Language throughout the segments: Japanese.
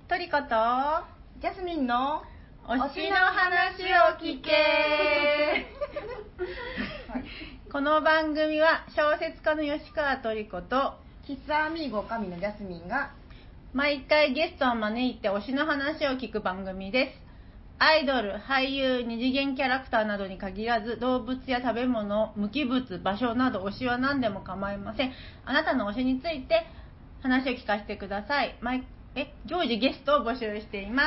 トリコとジャスミンの推しの話を聞けこの番組は小説家の吉川トリコと喫茶アミーゴ神のジャスミンが毎回ゲストを招いて推しの話を聞く番組です。アイドル、俳優、二次元キャラクターなどに限らず、動物や食べ物、無機物、場所など推しは何でも構いません。あなたの推しについて話を聞かせてください。常時ゲストを募集しています。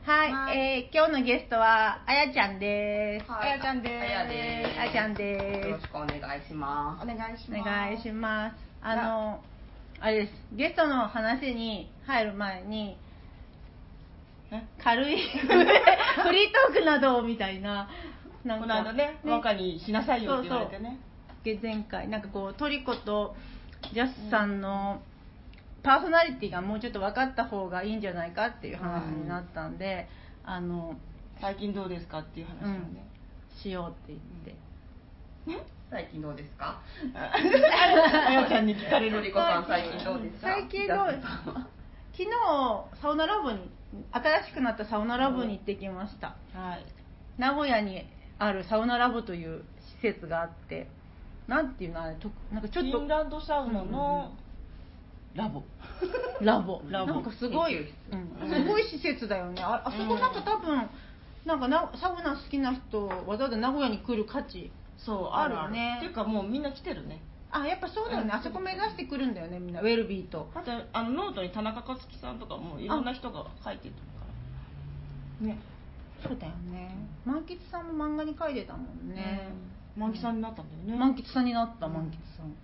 はい、今日のゲストはあやちゃんです。 あやちゃんです。 あやちゃんです。 よろしくお願いします。 お願いします。 お願いします。あれです。ゲストの話に入る前に軽いフリートークなどみたいな、なんかこの間ね、若にしなさいよって言われてね。 そう前回なんかこうトリコとジャスさんのパーソナリティがもうちょっと分かった方がいいんじゃないかっていう話になったんで、 最近どうですかっていう話をね、 しようって言って、 最近どうですか？ あやちゃんに聞かれる。 トリコさん最近どうですか？ 最近どうですか？昨日サウナラボに新しくなったサウナラボに行ってきました。 はい。 名古屋にあるサウナラボという施設があって、なんていうのあれなんかちょっとフィンランドサウナのラボ。 なんかすごい、すごい施設だよね。あそこなんか多分なんかサウナ好きな人わざわざ名古屋に来る価値あるよね。 っていうかもうみんな来てるね。 やっぱそうだよね。あそこ目指してくるんだよね、みんな。ウェルビーと。 あとノートに田中克樹さんとかもいろんな人が書いてるからね。 そうだよね。満喫さんも漫画に書いてたもんね。 満喫さんになったんだよね。 満喫さんになった、満喫さん。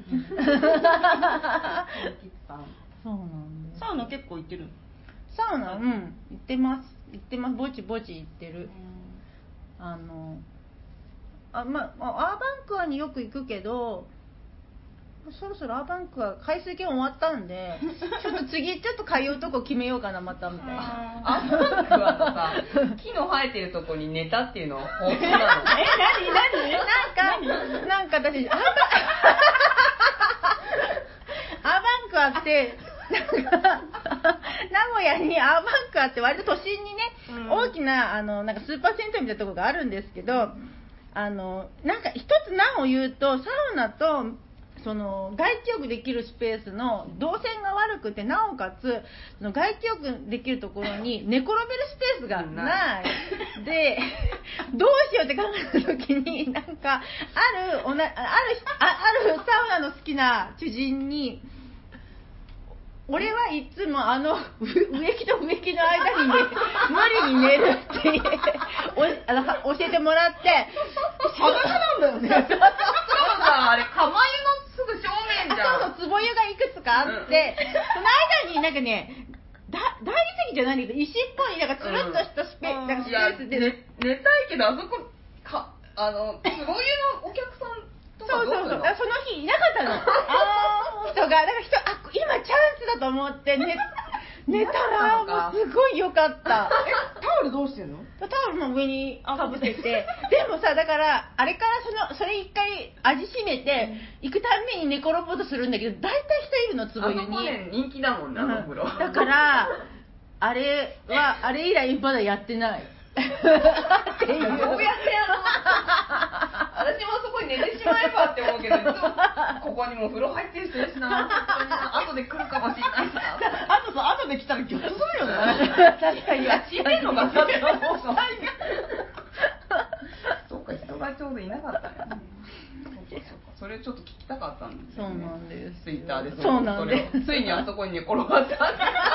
そうなんだ。 サウナ結構行ってる？ サウナ行ってます。ぼちぼち行ってる。アーバンクアによく行くけど、そろそろアーバンクア回数券終わったんで、ちょっと次ちょっと通うとこ決めようかなまたみたいな。 アーバンクアのさ、木の生えてるとこに寝たっていうの本当なの？ 何？なんか私アーバンクアってなんか名古屋にアーバンクアって割と都心にね、大きななんかスーパー銭湯みたいなとこがあるんですけど、なんか一つ難を言うと、サウナとその外気浴できるスペースの動線が悪くて、なおかつその外気浴できるところに寝転べるスペースがないで、どうしようって考えた時に、なんかあるサウナの好きな知人に、俺はいつも植木と植木の間にね、無理に寝るって教えてもらって、 裸なんだよね。 そうだ、あれ釜湯のすぐ正面じゃん。 そう、壺湯がいくつかあって、その間になんかね、大理石じゃないけど石っぽいなんかつるっとしたスペースで、 寝たいけど、あそこ壺湯のお客さんとかどうするの？ その日いなかったの。人がだから今チャンスだと思って寝たらもうすごい良かった。 タオルどうしてんの？ タオルも上にかぶせて、でもさ、だからあれからそれ一回味しめて行くたんびに寝転ぼうとするんだけど、大体人いるの、壺湯に。 あそこね、人気だもんね、あの風呂。 だからあれ以来まだやってない。っていう。 どうやってやるの？私もそこに寝てしまえばって思うけど、ここにも風呂入ってる人いるしな、後で来るかもしれないしな。 後で来たらギョッとするよね。 確かに。 閉めるのがさ、そうか、人がちょうどいなかったよね。それちょっと聞きたかったんですよね。 そうなんです。 ツイッターでそうなんです。 ついにあそこに寝転がったんです。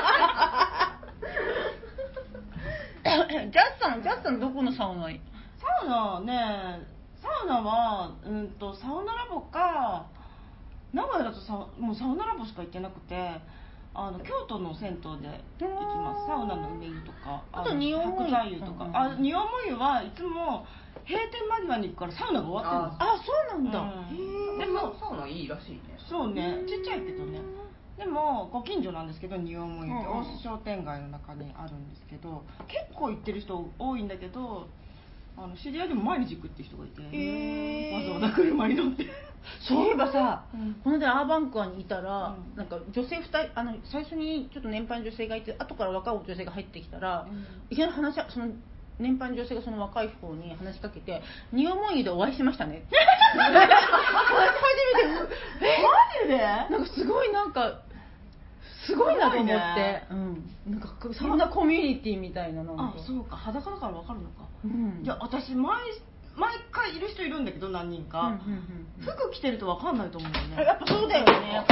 ジャスさんどこのサウナ？ サウナはサウナラボか、名古屋だともうサウナラボしか行ってなくて、京都の銭湯で行きます。サウナの梅湯とか、 あと仁王も湯白菜湯とか。仁王も湯はいつも閉店間際に行くからサウナが終わってるんです。 そうなんだ。 でもサウナいいらしいね。 そうね、ちっちゃいけどね。でもご近所なんですけど、仁王も湯って大須商店街の中にあるんですけど、結構行ってる人多いんだけど、知り合いでも毎日行くっていう人がいて、わざわざ車に乗って。 そういえばさ、 うんこの間アーバンクアにいたら、 うんなんか女性2人最初にちょっと年配の女性がいて、後から若い女性が入ってきたら、いきなりその年配の女性がその若い方に話しかけて「ニオモン湯でお会いしましたね」初めてマジで？ なんかすごいすごいなと思って、なんかそんなコミュニティみたいな、なんかそうか、裸だから分かるのか。 うんいや私毎回いる人いるんだけど、何人か、服着てると分かんないと思うんだよね。 やっぱそうだよね。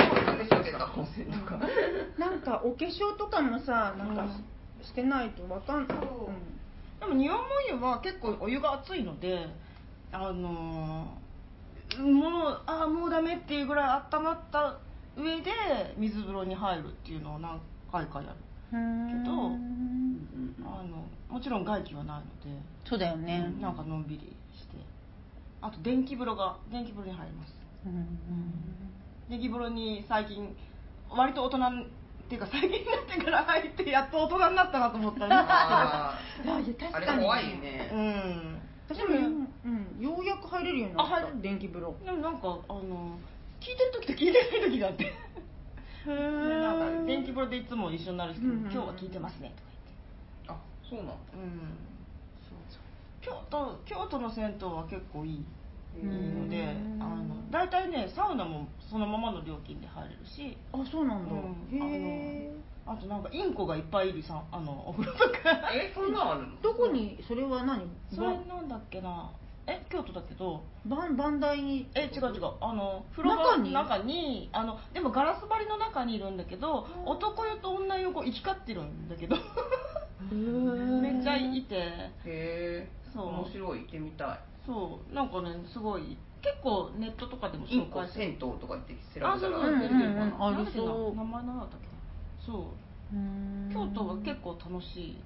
なんかお化粧とかもさ、なんかしてないと分かんない。 でもニオモ湯は結構お湯が熱いので、もうダメっていうぐらい温まった上で水風呂に入るっていうのを何回かやるけど、もちろん外気はないので、 そうだよね、 なんかのんびりして、あと電気風呂に入ります。電気風呂に最近割と大人っていうか最近になってから入ってやっと大人になったなと思ったんですけど、 あれ怖いよね。 私もようやく入れるようになった電気風呂。でもなんか聞いてる時と聞いてない時があって、なんか電気風呂でいつも一緒になる人、今日は聞いてますねとか言って。 あ、そうなんだ。 京都の銭湯は結構いいので、大体ねサウナもそのままの料金で入れるし。 あ、そうなんだ。 あとなんかインコがいっぱいいるお風呂とか。 そんなのあるの？ どこに？それは何？ それなんだっけな、京都だけどバンダイに。 違う風呂の中にでもガラス張りの中にいるんだけど、男湯と女湯を行き交ってるんだけどめっちゃいて、 へえ、面白い、行ってみたい。 そうなんかね、すごい結構ネットとかでも紹介銭湯とか言って調べたら出てるかな。 ありそう。 名前何だったっけな。そう京都は結構楽しい。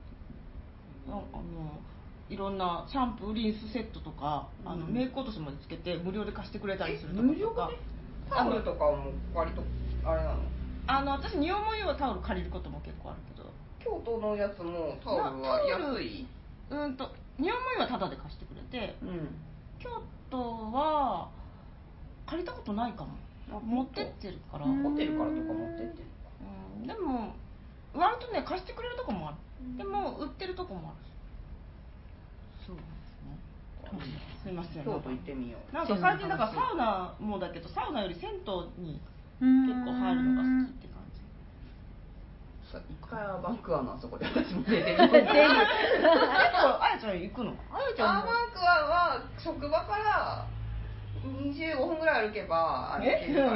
いろんなシャンプーリンスセットとか、メイク落としまでつけて無料で貸してくれたりするところとか。 タオルとかも割とあれなの？ 私ニオモ湯はタオル借りることも結構あるけど、 京都のやつもタオルは安い？ ニオモ湯はタダで貸してくれて、京都は借りたことないかも。持ってってるから。 ホテルからとか持ってってるでも割とね貸してくれるとこもある。でも売ってるとこもある。そうですね。すいません。 京都行ってみよう。 なんか最近だからサウナもだけど、サウナより銭湯に結構入るのが好きって感じ。 一回アーバンクアのあそこで私も出てみて。 あやちゃん行くの？ アーバンクアは職場から25分ぐらい歩けば歩けるから、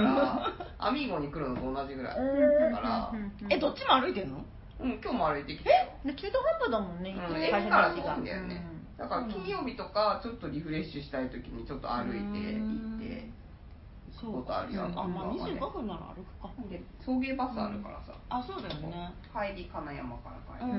アミーゴに来るのと同じぐらいだから。 どっちも歩いてんの？ 今日も歩いてきたよ。 中途半端だもんね。 駅から遠いんだよね。だから金曜日とかちょっとリフレッシュしたい時にちょっと歩いて行って行くことあるよ。 まあ25分なら歩くか。 で送迎バスあるからさ。 そうだよね。 帰り金山から帰る。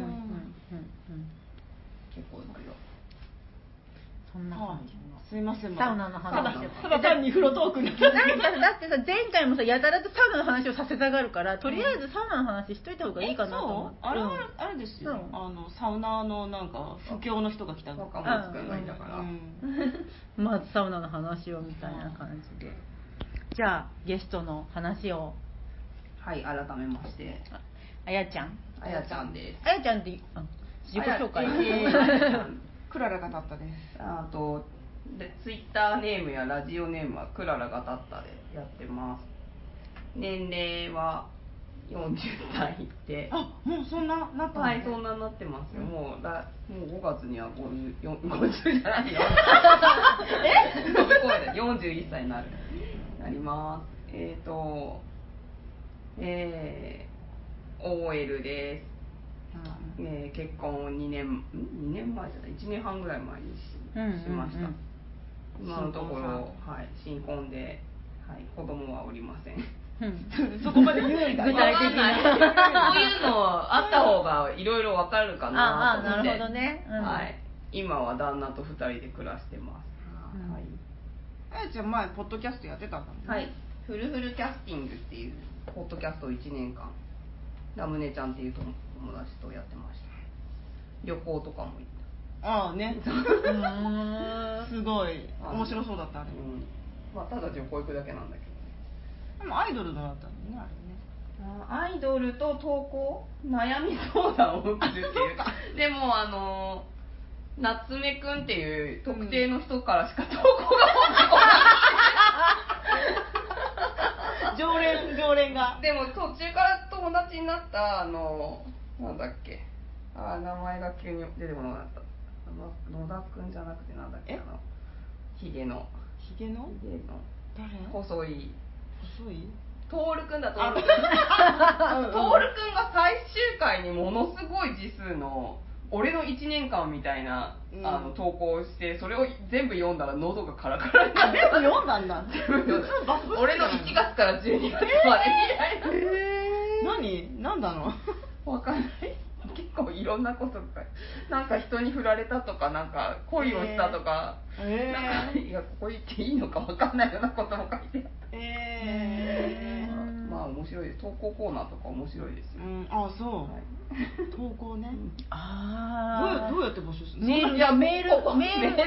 結構行くよ。 そんな感じの。 すいません。 サウナの話ただ単に風呂トークになって。 だってさ、前回もさ、やたらとサウナの話をさせたがるから、とりあえずサウナの話しといた方がいいかなと思って。 あれですよ。サウナーのなんか不況の人が来たの。 若者使いがいたから。 まずサウナの話をみたいな感じで。じゃあゲストの話を。 はい、改めまして。 あやちゃん。 あやちゃんです。 あやちゃんって自己紹介。 クララがたったです。 ツイッターネームやラジオネームはクララがたったでやってます。年齢は40歳で。 もうそんななったの？ はい、そんななってますよ。もう5月には50じゃないよ。41歳になります。OL です。結婚2年前じゃない、1年半ぐらい前にしました。今のところ、新婚で、子供はおりません。 そこまで言うんだ。 具体的に。 そういうのあった方がいろいろわかるかなと思って。 なるほどね。 今は旦那と2人で暮らしてます。 あやちゃん前ポッドキャストやってたんだもんね。 はい。フルフルキャスティングっていうポッドキャストを1年間、ラムネちゃんっていう友達とやってました。旅行とかも行った。 ね。すごい面白そうだったね。 まあただ旅行行くだけなんだけど。 でもアイドルのだったのね、あれね。 アイドルと投稿、悩み相談を受けるっていうでも夏目くんっていう特定の人からしか投稿が常連が。 でも途中から友達になったなんだっけ、名前が急に出てこなかった。野田くんじゃなくてなんだっけ、ヒゲの誰？ 細いトールくんだ。トールくんが最終回にものすごい字数の俺の1年間みたいな投稿をして、それを全部読んだら喉がカラカラになる。 読んだんだ。 俺の1月から12月までみたいな。 なんだの？ わかんない。結構いろんなことが、なんか人に振られたとか、なんか恋をしたとか、なんかいやここ言っていいのかわかんないようなことも書いてあった。まあ面白いです。投稿コーナーとか面白いですよ。 あ、そう。 はい、 投稿ね。 ああ。 どうやって募集するの？ メールを書いて。 どう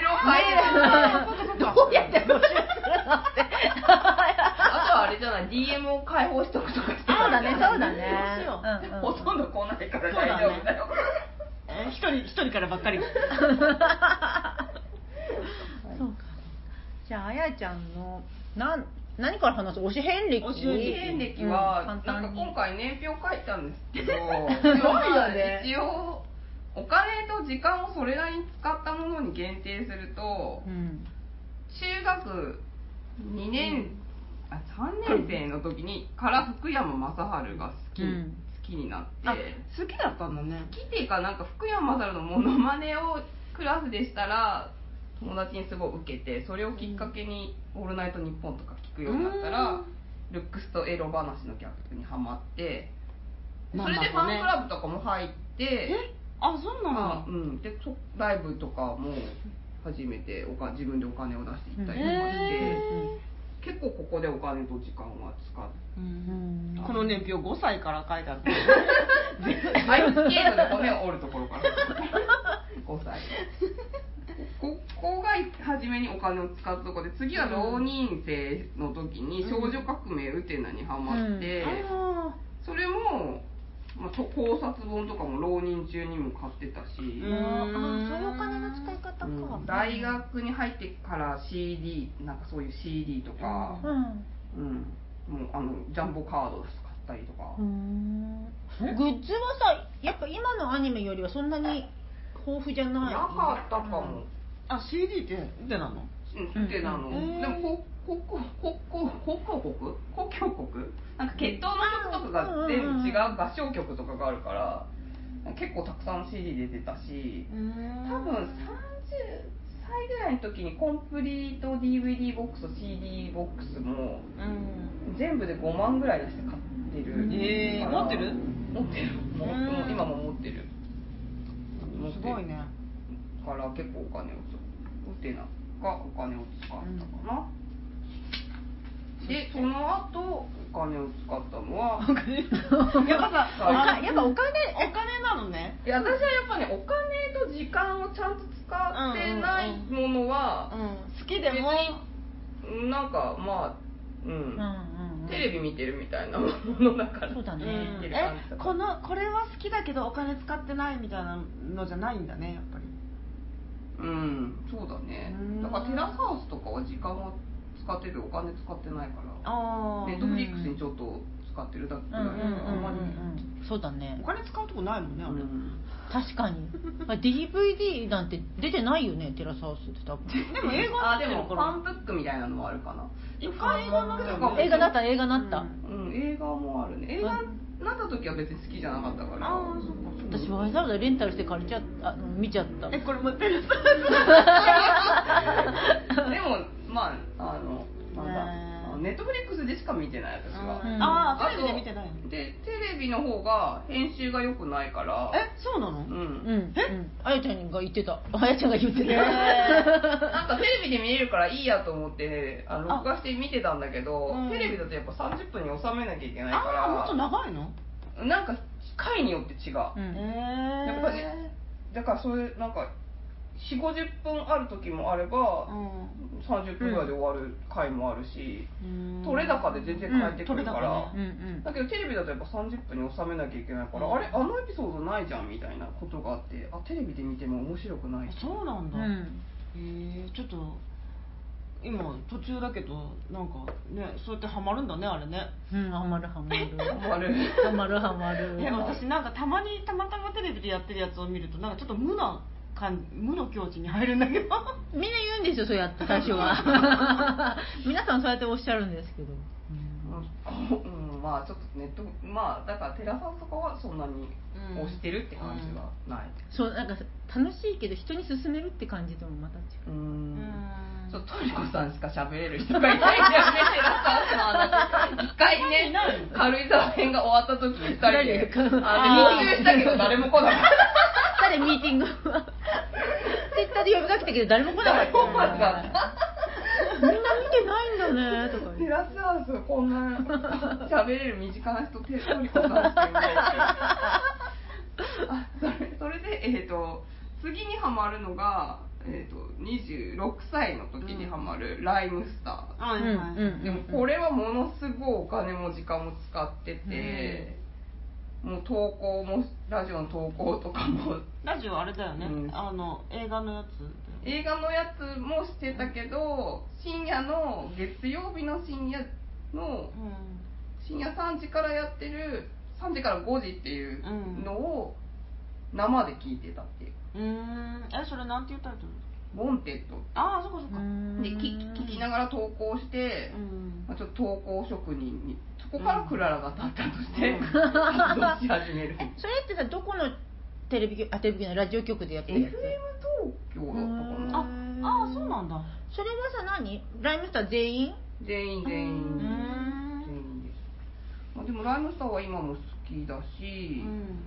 やって募集するのって。あとはあれじゃない、DM を開放しとくとかしてたそうだね。 ほとんど来ないから大丈夫だよ。 一人からばっかり。 そうか。じゃああやちゃんの何から話す？推し遍歴は、なんか今回年表書いたんですけど、一応お金と時間をそれなりに使ったものに限定すると、中学3年生の時にから福山雅治が好きになって、 好きだったんだね。 好きっていうか、なんか福山雅治のモノマネをクラスでしたら友達にすごい受けて、それをきっかけに「オールナイトニッポン」とか聞くようになったら、ルックスとエロ話のギャップにハマって、それでファンクラブとかも入って、 そうなの。 でライブとかも初めて自分でお金を出して行ったりとかして、結構ここでお金と時間は使う。 この年表5歳から書いてある。 アイススケートで骨を折るところから5歳。ここが初めにお金を使ったところで、次は浪人生の時に少女革命ウテナにハマって、それも、考察本とかも浪人中にも買ってたし、そういうお金の使い方か。 大学に入ってから CD、 なんかそういう CD とか、もうジャンボカード買ったりとか。 グッズはさ、やっぱ今のアニメよりはそんなに豊富じゃない？ なかったかも。 CD ってウテナの？ ウテナの。でも国なんか決闘の曲とかが全部違う合唱曲とかがあるから、結構たくさん CD 出てたし、多分30歳ぐらいの時にコンプリート DVD ボックスと CD ボックスも全部で5万ぐらい出して買ってる。 持ってる？ 持ってる。今も持ってる。 すごいね。 から結構お金をウテナがお金を使ったかな。でその後お金を使ったのはやっぱお金なのね。 いや、私はやっぱね、お金と時間をちゃんと使ってないものは好きでもなんかテレビ見てるみたいなものだから。 そうだね。 これは好きだけどお金使ってないみたいなのじゃないんだね、やっぱり。 そうだね。だからテラスハウスとかは時間は使っててお金使ってないから、ネットフリックスにちょっと使ってるだけだから、あんまり。 そうだね。 お金使うとこないもんね、あれ。 確かに。DVD なんて出てないよね、テラスハウスって多分。 でも映画でもファンブックみたいなのもあるかな。 一回映画なった。 映画なった。 映画もあるね。映画なった時は別に好きじゃなかったから。 私わざわざレンタルして借りちゃ見ちゃった。 これもテラスでもネットフリックスでしか見てない、私は。 テレビで見てないの？ でテレビの方が編集が良くないから。 そうなの？ あやちゃんが言ってた。あやちゃんが言ってた。 なんかテレビで見れるからいいやと思って録画して見てたんだけど、テレビだとやっぱ30分に収めなきゃいけないから。 もっと長いの？ なんか回によって違う。やっぱね、だからそれなんか 4、50分ある時もあれば、30分ぐらいで終わる回もあるし、取れ高で全然変えてくるから、だけどテレビだとやっぱ30分に収めなきゃいけないから、あれあのエピソードないじゃんみたいなことがあって、あ、テレビで見ても面白くない。 そうなんだ。ちょっと今途中だけどなんかね、そうやってハマるんだね、あれね。 ハマるハマるハマるハマるハマる。 私なんかたまたまテレビでやってるやつを見るとなんかちょっと無の境地に入るんだけどみんな言うんですよ、そうやって最初は皆さんそうやっておっしゃるんですけど、 まあちょっとネット、まあだからテラさんとかはそんなに推してるって感じはない、 そう、なんか楽しいけど人に勧めるって感じともまた違う。 ちょっとトリコさんしか喋れる人がいないんだよね、テラさんの話。一回ね、軽井沢編が終わった時に2人で募集したけど誰も来なかった。 誰ミーティングツイッターで呼びかけたけど誰も来なかった。みんな見てないんだねとか。 テラスハウスこんな喋れる身近な人トリコさんしかいないし。それで次にハマるのが。26歳の時にハマるライムスター、でもこれはものすごいお金も時間も使ってて、もう投稿もラジオの投稿とかも、 ラジオあれだよね、映画のやつもしてたけど、深夜の月曜日の深夜の、深夜3時からやってる3時から5時っていうのを生で聞いてたっていう。 それなんていうタイトル？ ウォンテッド。 ああ、そこそこ。 で聞きながら投稿して、ちょっと投稿職人に、そこからクララが立ったとして活動し始める。 それってさ、どこのテレビ局のラジオ局でやってるやつ？ FM 東京だったかな。 ああ、そうなんだ。 それはさ、何？ライムスター全員です。でもライムスターは今も好きだし、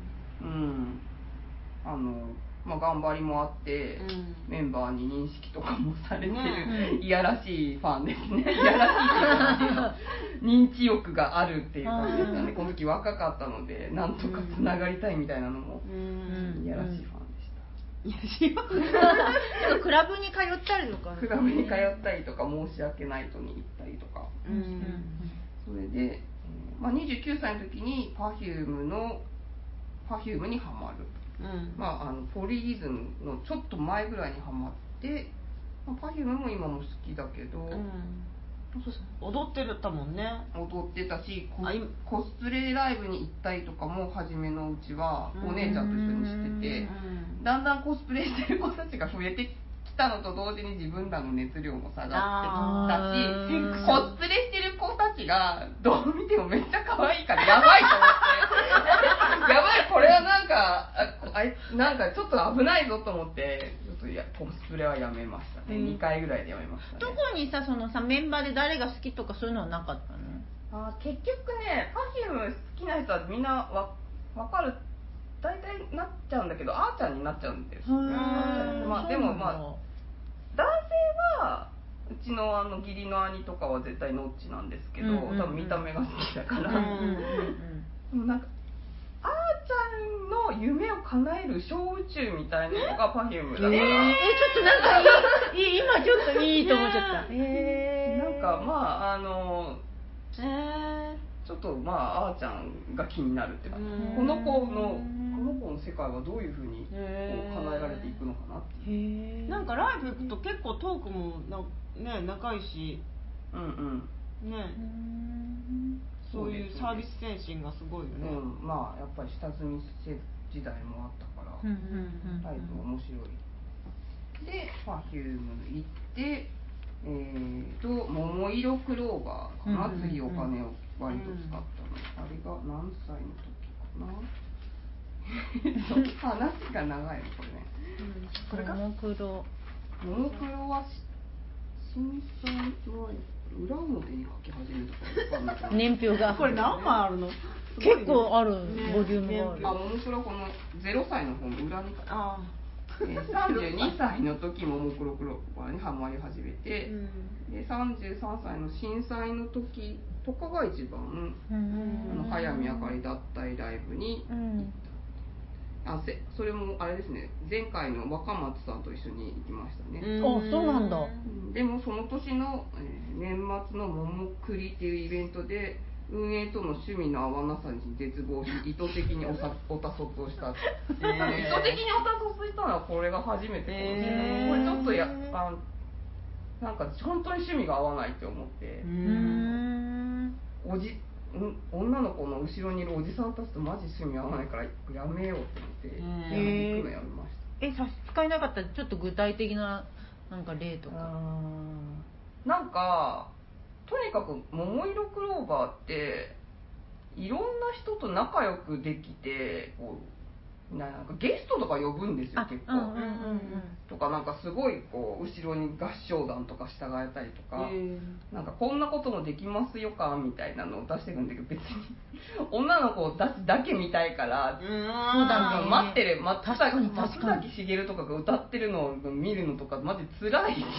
頑張りもあって、メンバーに認識とかもされてる、いやらしいファンですね。いやらしいっていうか、認知欲があるっていう感じでしたね。この時若かったので、なんとかつながりたいみたいなのも、いやらしいファンでした。 クラブに通ったりとか、 クラブに通ったりとか、申し訳ないとに行ったりとか、それで、29歳の時にPerfumeにハマる。ポリリズムのちょっと前ぐらいにハマって、Perfumeも今も好きだけど、 踊ってたもんね。 踊ってたし、コスプレライブに行ったりとかも初めのうちはお姉ちゃんと一緒にしてて、だんだんコスプレしてる子たちが増えてきたのと同時に自分らの熱量も下がってきたし、コスプレしてる子たちがどう見てもめっちゃ可愛いからやばいと思ってやばい、これはなんかちょっと危ないぞと思って、ちょっとコスプレはやめましたね。2回ぐらいでやめましたね。 どこにさ、そのさ、メンバーで誰が好きとかそういうのはなかったの？ 結局ね、Perfume好きな人はみんな分かる、大体なっちゃうんだけど、あーちゃんになっちゃうんですよね。でも男性はうちの義理の兄とかは絶対ノッチなんですけど、多分見た目が好きだから、なんかあーちゃんの夢を叶える小宇宙みたいなのがPerfumeだから、ちょっとなんか今ちょっといいと思っちゃった。 なんかちょっとあーちゃんが気になるっていうか、この子の世界はどういうふうに叶えられていくのかなっていう。 なんかライブ行くと結構トークも仲いいし、そういうサービス精神がすごいよね。 やっぱり下積み時代もあったから、ライブ面白い。でPerfume行って、桃色クローバーかな、次お金を割と使ったの、あれが何歳の時かな話が長いのこれね、これかももクロは震災は裏表に書き始めたから分かんない年表がこれ何枚あるの？ 結構ある、ボリュームがある。 ももクロこの0歳の方の裏に書いてある。32歳の時ももクロクロにハマり始めて、で33歳の震災の時とかが一番、早見あかり脱退ライブに行った。 それもあれですね、前回の若松さんと一緒に行きましたね。 そうなんだ。 でもその年の、年末の桃栗っていうイベントで運営との趣味の合わなさに絶望し意図的におたそつをした。意図的におたそつしたのはこれが初めてかもしれない。これちょっとなんか本当に趣味が合わないって思って、女の子の後ろにいるおじさんたちとマジ趣味合わないからやめようって思って行くのやめました。 差し支えなかったらちょっと具体的ななんか例とか。 なんかとにかく桃色クローバーっていろんな人と仲良くできて、なんかゲストとか呼ぶんですよ結構。とかなんかすごい後ろに合唱団とか従えたりとか、なんかこんなこともできますよかみたいなのを出してくるんだけど、別に女の子を出すだけ見たいから、待ってる松崎しげるとかが歌ってるのを見るのとかマジ辛いし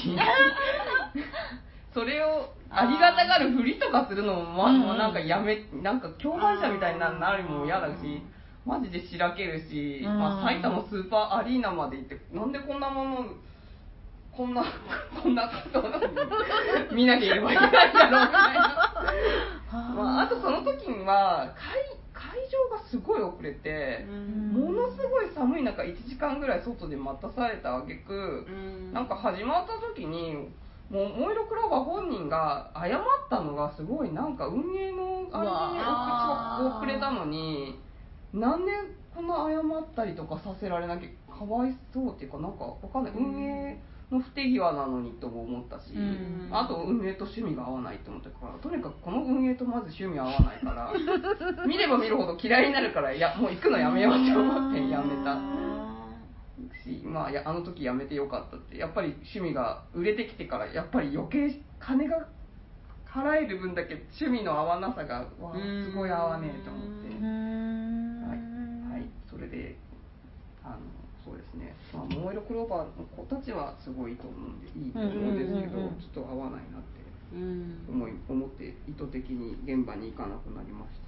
それをありがたがるふりとかするのも、なんかなんか共犯者みたいになるのも嫌だし、マジでしらけるし、埼玉スーパーアリーナまで行ってなんでこんなものこんなこと見なければいけないんだろうみたいな。あとその時には会場がすごい遅れて、ものすごい寒い中1時間ぐらい外で待たされた挙句、なんか始まった時にもう桃色クローバー本人が謝ったのがすごいなんか運営のあれに遅れたのに、なんでこんな謝ったりとかさせられなきゃかわいそうっていうか、なんかわかんない、運営の不手際なのにとも思ったし、あと運営と趣味が合わないと思ったから、とにかくこの運営とまず趣味合わないから見れば見るほど嫌いになるから、もう行くのやめようって思ってやめたし、あの時やめてよかったって。やっぱり趣味が売れてきてからやっぱり余計金が払える分だけ趣味の合わなさがすごい合わねえと思って、それでそうですね、桃色クローバーの子たちはすごいいいと思うんでいいと思うんですけど、ちょっと合わないなって思って意図的に現場に行かなくなりました。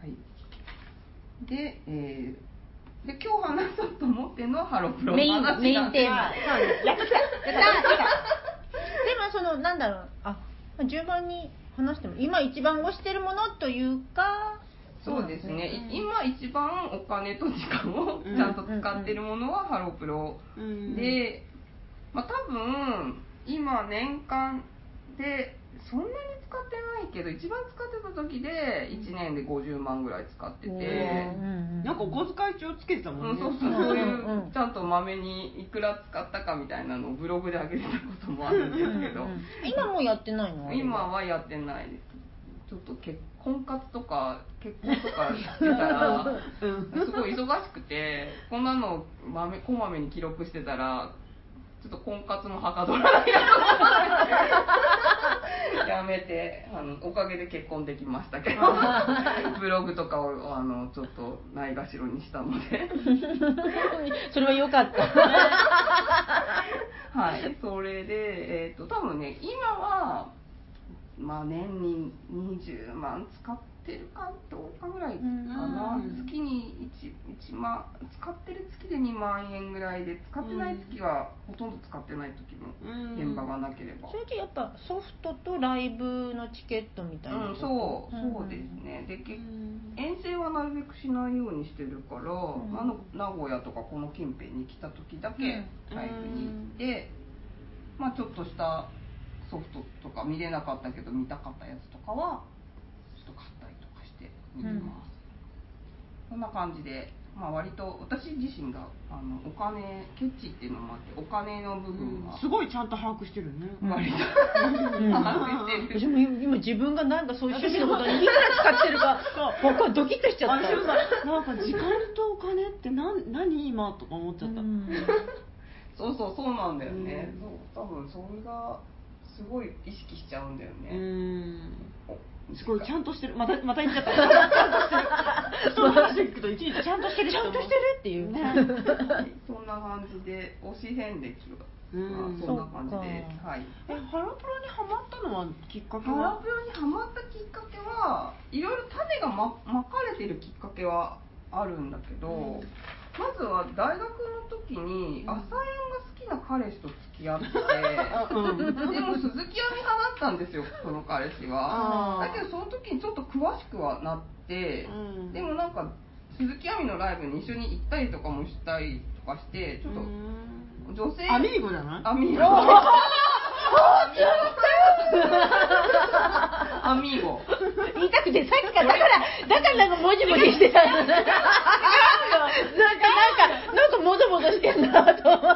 で今日話そうと思ってるのはハロプロの話メインテーマ。 やってきた。 でもなんだろう、順番に話しても今一番推してるものというか。 そうですね、今一番お金と時間をちゃんと使ってるものはハロプロで、多分今年間でそんなに使ってないけど、一番使ってた時で1年で50万ぐらい使ってて、 なんかお小遣い帳つけてたもんね。 そういうちゃんとまめにいくら使ったかみたいなのをブログで上げてたこともあるんですけど今もやってないの？ 今はやってないです。ちょっと婚活とか結婚とかしてたらすごい忙しくて、こんなのをこまめに記録してたらちょっと婚活もはかどらないなと思ってやめて、おかげで結婚できましたけどブログとかをちょっとないがしろにしたのでそれは良かったそれで多分ね、今は年に20万使ってるかどうかぐらいかな。月に 1万使ってる月で2万円ぐらいで、使ってない月はほとんど使ってない時も現場がなければ。 それでやっぱソフトとライブのチケットみたいなこと。 そうですね。で遠征はなるべくしないようにしてるから、名古屋とかこの近辺に来た時だけライブに行って、ちょっとしたソフトとか見れなかったけど見たかったやつとかはちょっと買ったりとかして見てます。そんな感じで、割と私自身がお金ケチっていうのもあって、お金の部分はすごいちゃんと把握してるね。 割と把握してる。 私も今自分がなんかそういう趣味のことにいくら使ってるかドキッとしちゃった。 なんか時間とお金って何今とか思っちゃった。 そうなんだよね。多分それがすごい意識しちゃうんだよね。 すごいちゃんとしてる。また言っちゃった。ちゃんとしてる。人の話聞くといちいちちゃんとしてるっていうね。 そんな感じで推し遍歴はそんな感じで。 ハロプロにハマったのはきっかけは？ ハロプロにハマったきっかけは、いろいろ種がまかれてるきっかけはあるんだけど、まずは大学の時に朝やんが好きな彼氏と付き合って、でも鈴木亜美派だったんですよ、その彼氏は。だけどその時にちょっと詳しくはなって、でもなんか鈴木亜美のライブに一緒に行ったりとかもしたりとかして、ちょっと女性アミーゴじゃない？ アミーゴアミーゴ言いたくてさっきからだからなんかもじもじしてたの。なんかもぞもぞしてんなと思って。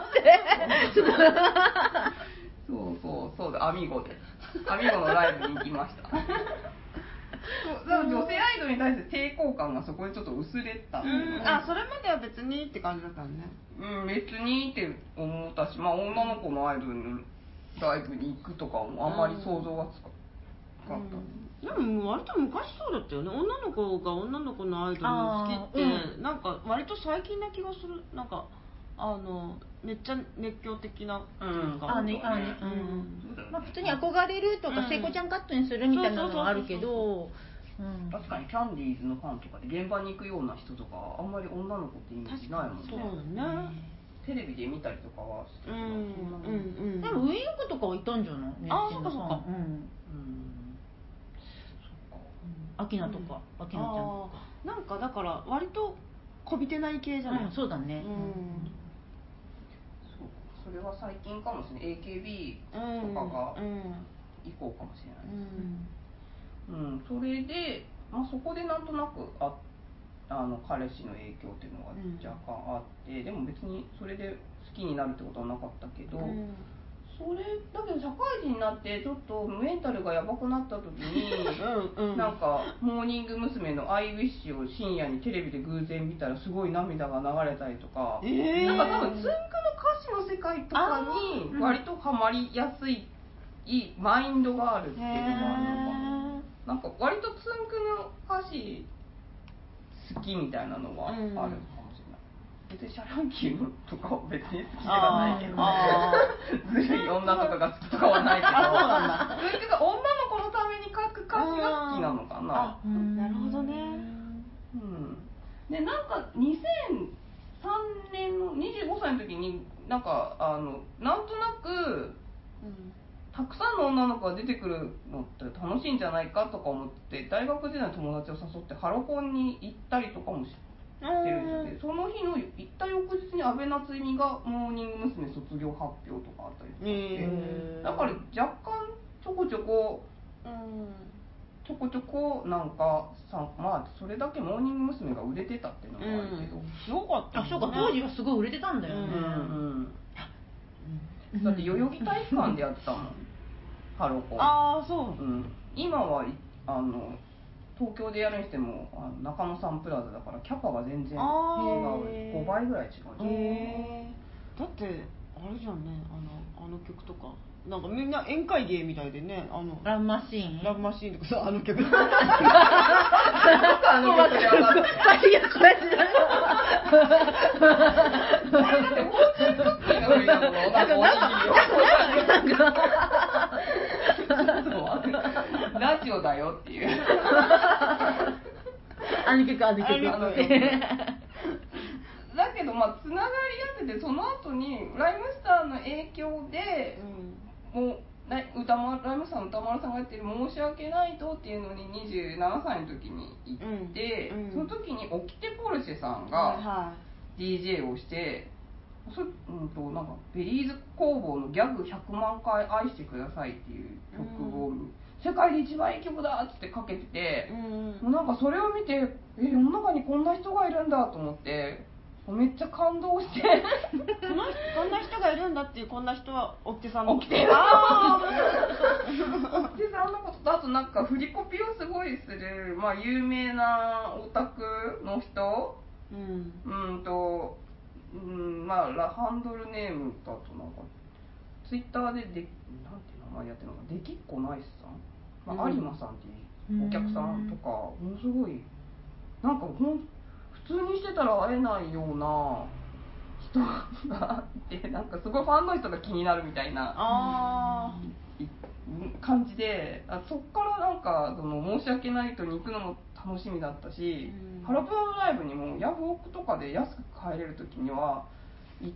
そうだ、アミーゴです。アミーゴのライブに行きました。女性アイドルに対して抵抗感がそこでちょっと薄れたっていうの。 それまでは別にって感じだったのね。 別にって思ったし、女の子のアイドルのライブに行くとかもあんまり想像がつかなかった。 でも割と昔そうだったよね。女の子が女の子のアイドル好きって、なんか割と最近な気がする。なんかめっちゃ熱狂的なっていうか、 普通に憧れるとか、聖子ちゃんカットにするみたいなのはあるけど、 確かにキャンディーズのファンとかで現場に行くような人とかあんまり女の子ってイメージないもんね。 そうだね。 テレビで見たりとかはしてるけど、 でもウインクとかはいたんじゃない？ そっかそっか。 アキナとか、アキナちゃんとか。 なんかだから割とこびてない系じゃない？ そうだね。 それは最近かもしれない。 AKB とかが以降かもしれないです。それで、そこでなんとなく彼氏の影響っていうのが若干あって、でも別にそれで好きになるってことはなかったけど、それだけど社会人になってちょっとメンタルがやばくなった時になんかモーニング娘。の「アイウィッシュ」を深夜にテレビで偶然見たらすごい涙が流れたりとか、なんか多分つんくの歌詞の世界とかに割とハマりやすいマインドがあるっていうのがあるのかな。なんか割とつんくの歌詞好きみたいなのはあるかもしれない。別にシャランキーのとかは別に好きではないけど、ずるい女とかが好きとかはないけど、つんくが女の子のために書く歌詞が好きなのかな。 なるほどね。 でなんか2003年の25歳の時になんかなんとなく、たくさんの女の子が出てくるのって楽しいんじゃないかとか思って大学時代の友達を誘ってハロコンに行ったりとかもしてるんですよ。その日の行った翌日に安倍夏実がモーニング娘。卒業発表とかあったりとかして、だから若干ちょこちょこなんかそれだけモーニング娘。が売れてたっていうのもあるけど、 よかったね。 そうか、当時はすごい売れてたんだよね。 だって代々木体育館でやってたもん、ハロコン。 そう。 今は東京でやるにしても中野サンプラザだからキャパが全然違う、5倍ぐらい違う。 だってあれじゃんね、あの曲とかなんかみんな宴会芸みたいでね、 ラブマシーンとかさ、あの曲あの曲で分かった。 いやこれだってホーチミンクッキーが売りなの。ラジオだよっていう。 あの曲だけどつながり合ってて、その後にライムスターの影響で、もうライムスターの歌丸さんがやってる「申し訳ないと」っていうのに27歳の時に行って、その時にオキテポルシェさんが DJ をして、なんかベリーズ工房の「ギャグ100万回愛してください」っていう曲を、世界で一番いい曲だっつってかけてて、もうなんかそれを見て世の中にこんな人がいるんだと思ってめっちゃ感動してこんな人がいるんだっていう、こんな人はオッケさんのこと。 オッケさんのことと、あとなんか振りコピをすごいする、有名なオタクの人、ハンドルネームだとなんかツイッターでなんていう名前やってるのか、できっこナイスさん、有馬さんっていうお客さんとか、ものすごいなんか普通にしてたら会えないような人がいて、なんかすごいファンの人が気になるみたいな、 感じで、そっからなんかその申し訳ないとに行くのも楽しみだったし、ハロプロのライブにもヤフオクとかで安く帰れる時には行って、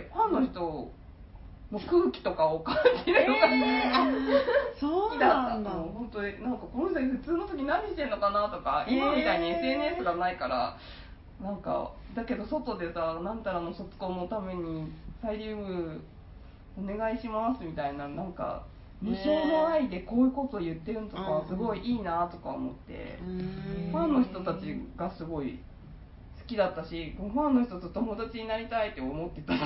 ファンの人の空気とかを感じるのが、好きだった。もう本当になんかこの人普通の時何してんのかなとか、今みたいに SNS がないから、なんかだけど外でさ、なんたらの卒コンのためにサイリウムお願いしますみたいな、なんか無償の愛でこういうことを言ってるのとかすごいいいなとか思って、ファンの人たちがすごい好きだったし、ファンの人と友達になりたいって思ってた。 もう、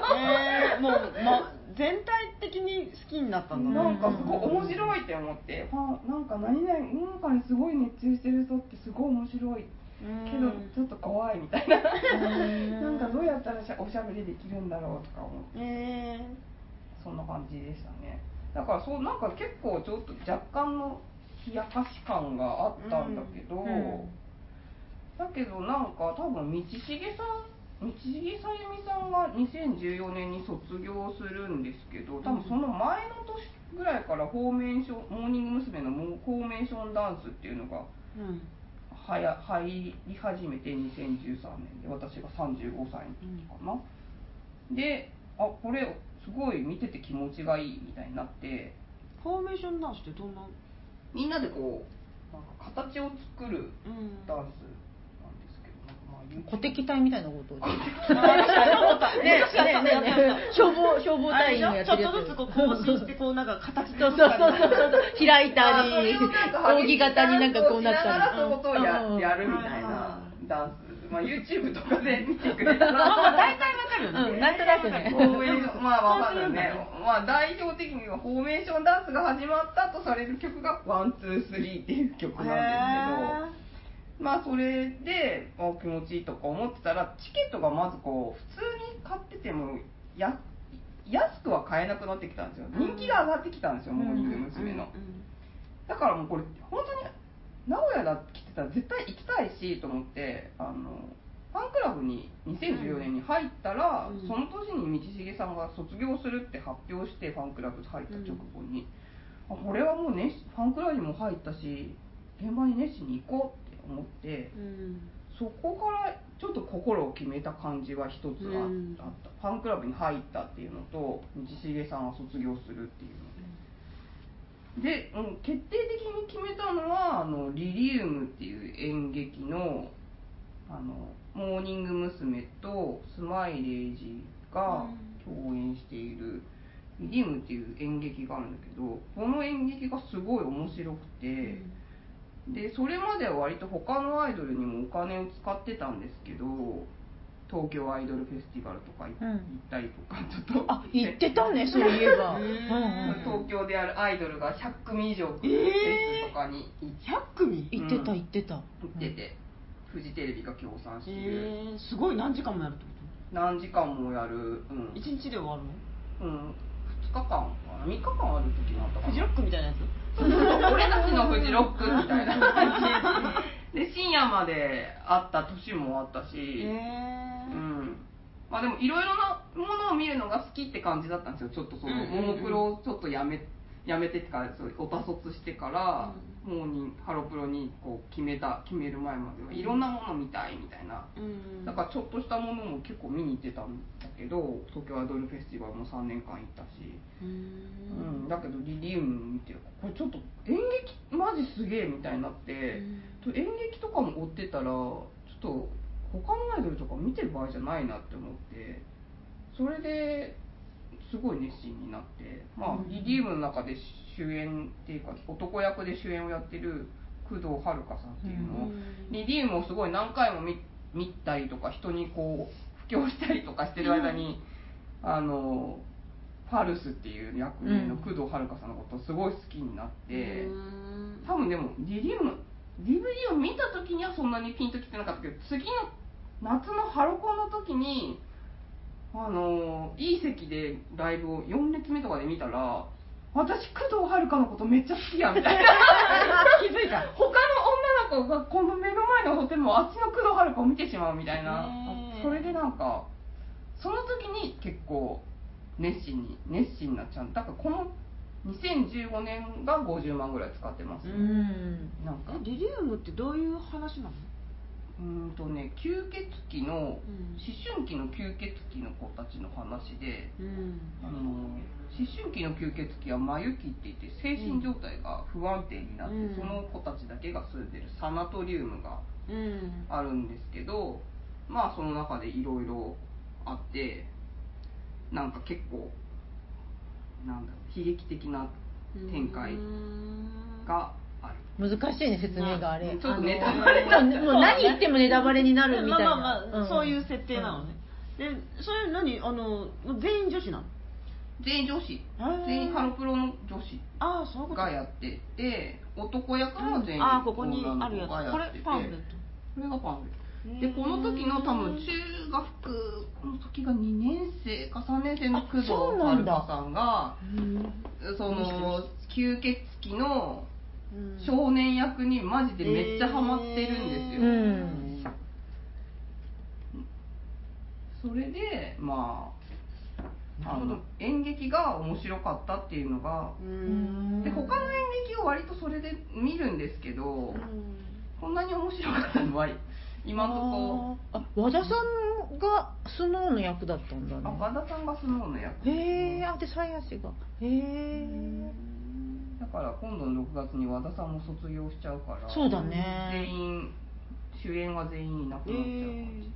全体的に好きになったんだね。 なんかすごい面白いって思って、なんか何々音楽にすごい熱中してる人ってすごい面白いけどちょっと怖いみたいな、なんかどうやったらおしゃべりできるんだろうとか思って、そんな感じでしたね。だからそう、なんか結構ちょっと若干の冷やかし感があったんだけど、だけどなんか多分道重さゆみさんが2014年に卒業するんですけど、多分その前の年ぐらいからモーニング娘。のフォーメーションダンスっていうのが入り始めて、2013年で、私が35歳の時かな。で、これすごい見てて気持ちがいいみたいになって。 フォーメーションダンスってどんな？ みんなでこうなんか形を作るダンスなんですけど、 鼓笛隊みたいなことを消防隊員がやってるやつ、 ちょっとずつこう更新してこうなんか形で開いたり扇形になんかこうなったり、 そういうことをやるみたいなダンス。YouTube とかで見てくれたら大体わかるよね。 なんとなくね。 わかるね。代表的にはフォーメーションダンスが始まったとされる曲がワンツースリーっていう曲なんですけど、それで気持ちいいとか思ってたら、チケットがまずこう普通に買ってても安くは買えなくなってきたんですよ。人気が上がってきたんですよ、モーニング娘。の。だからもうこれ本当に名古屋だって来てたら絶対行きたいしと思って、ファンクラブに2014年に入ったら、その年に道重さんが卒業するって発表して、ファンクラブ入った直後に、これはもうファンクラブにも入ったし現場に熱心に行こうって思って、そこからちょっと心を決めた感じは一つあった。ファンクラブに入ったっていうのと、道重さんが卒業するっていうので、決定的に決めたのはリリウムっていう演劇のモーニング娘。とスマイレージが共演しているリリウムっていう演劇があるんだけど、この演劇がすごい面白くて、でそれまでは割と他のアイドルにもお金を使ってたんですけど、東京アイドルフェスティバルとか行ったりとか、ちょっと行ってたね、そういえば東京であるアイドルが100組以上来るフェスとかに 100組行ってた行ってて、フジテレビが協賛している。 すごい。何時間もやるってこと？ 何時間もやる。 1日で終わるの？ 2日間かな、3日間ある時もあったかな。 フジロックみたいなやつ？ 俺たちのフジロックみたいな感じで深夜まであった年もあったし、でもいろいろなものを見るのが好きって感じだったんですよ。ちょっとそのももクロをちょっとやめてってから、おた卒してからハロプロにこう決める前まではいろんなもの見たいみたいな、だからちょっとしたものも結構見に行ってたんだけど、東京アイドルフェスティバルも3年間行ったし、だけどリリウム見て、これちょっと演劇マジすげえみたいになって、演劇とかも追ってたらちょっと他のアイドルとか見てる場合じゃないなって思って、それですごい熱心になって、リリウムの中で主演っていうか男役で主演をやってる工藤遥さんっていうのを、リリウムをすごい何回も見たりとか、人にこう布教したりとかしてる間に、ファルスっていう役名の工藤遥さんのことをすごい好きになって、多分でもリリウム DVD を見た時にはそんなにピンときてなかったけど、次の夏のハロコンの時にいい席でライブを4列目とかで見たら、私工藤遥のことめっちゃ好きやみたいな気づいた。他の女の子がこの目の前のホテルもあっちの工藤遥を見てしまうみたいな、それでなんかその時に結構熱心になっちゃう。だからこの 2015年が50万ぐらい使ってます、なんかリリウムってどういう話なの？ 吸血鬼の、思春期の吸血鬼の子たちの話で、思春期の吸血鬼は魔雪って言って精神状態が不安定になって、その子たちだけが住んでるサナトリウムがあるんですけど、まあその中でいろいろあって、なんか結構なんだろう、悲劇的な展開がある。 難しいね、説明があれ。 ちょっとネタバレになっちゃう。 もう何言ってもネタバレになるみたいな。 まあまあ、そういう設定なのね。で、それ何全員女子なの？ 全員女子。全員ハロプロの女子がやってて、男役も全員女の子がやってて、これパンフレット。これがパンフレット。でこの時の多分中学の時が2年生か3年生の工藤遥さんがその吸血鬼の少年役にマジでめっちゃハマってるんですよ、それでまあ演劇が面白かったっていうのがで他の演劇を割とそれで見るんですけど、こんなに面白かったのは今のところ和田さんがスノーの役だったんだね。 和田さんがスノーの役へえ。で鞘師がだから今度の6月に和田さんも卒業しちゃうから、 そうだね、 全員主演は全員いなくなっちゃう感じ、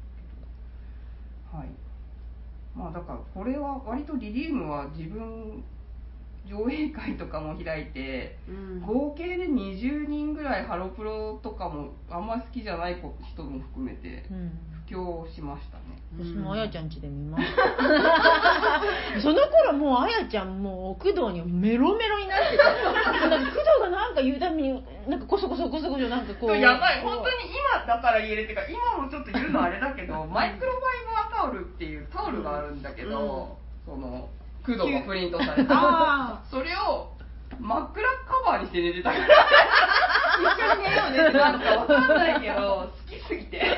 はい。まあだからこれは割とリリウムは自分上映会とかも開いて、合計で20人ぐらいハロプロとかもあんまり好きじゃない人も含めて布教しましたね、 私もあやちゃん家で見ましたその頃もうあやちゃんもう工藤にメロメロになっててなんか工藤がなんか言うたびになんかコソコソなんかこうやばい、本当に今だから言えるっていうか、今もちょっと言うのあれだけどマイクロファイバータオルっていうタオルがあるんだけど、その工藤がプリントされたそれを真っ暗カバーにして寝てたから一緒に寝ようねってなんかわかんないけど好きすぎて貼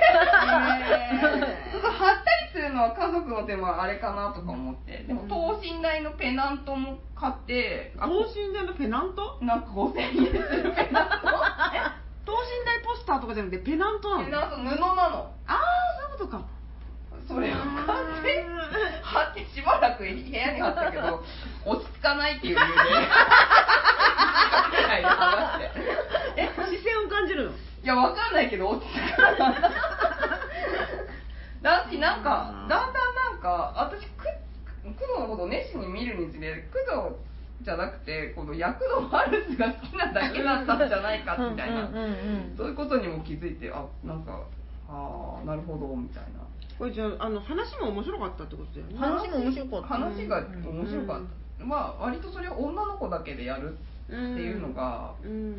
ったりするのは家族の手もあれかなとか思って、でも等身大のペナントも買って、 等身大のペナントなんか5000円するペナント等身大ポスターとかじゃなくてペナントなの？ ペナント布なの。 そういうことか。 それを買って貼ってしばらく部屋に貼ったけど落ち着かないっていう理由で視線を感じるの？ いやわかんないけど落ち着かないだしなんかだんだんなんか私工藤のことを熱心に見るにつれ工藤じゃなくてこの役のワルツが好きなだけだったんじゃないかみたいなそういうことにも気づいてなんかなるほどみたいな。 これじゃあ話も面白かったってことだよね。 話も面白かった。 話が面白かった。まあ割とそれを女の子だけでやるっていうのが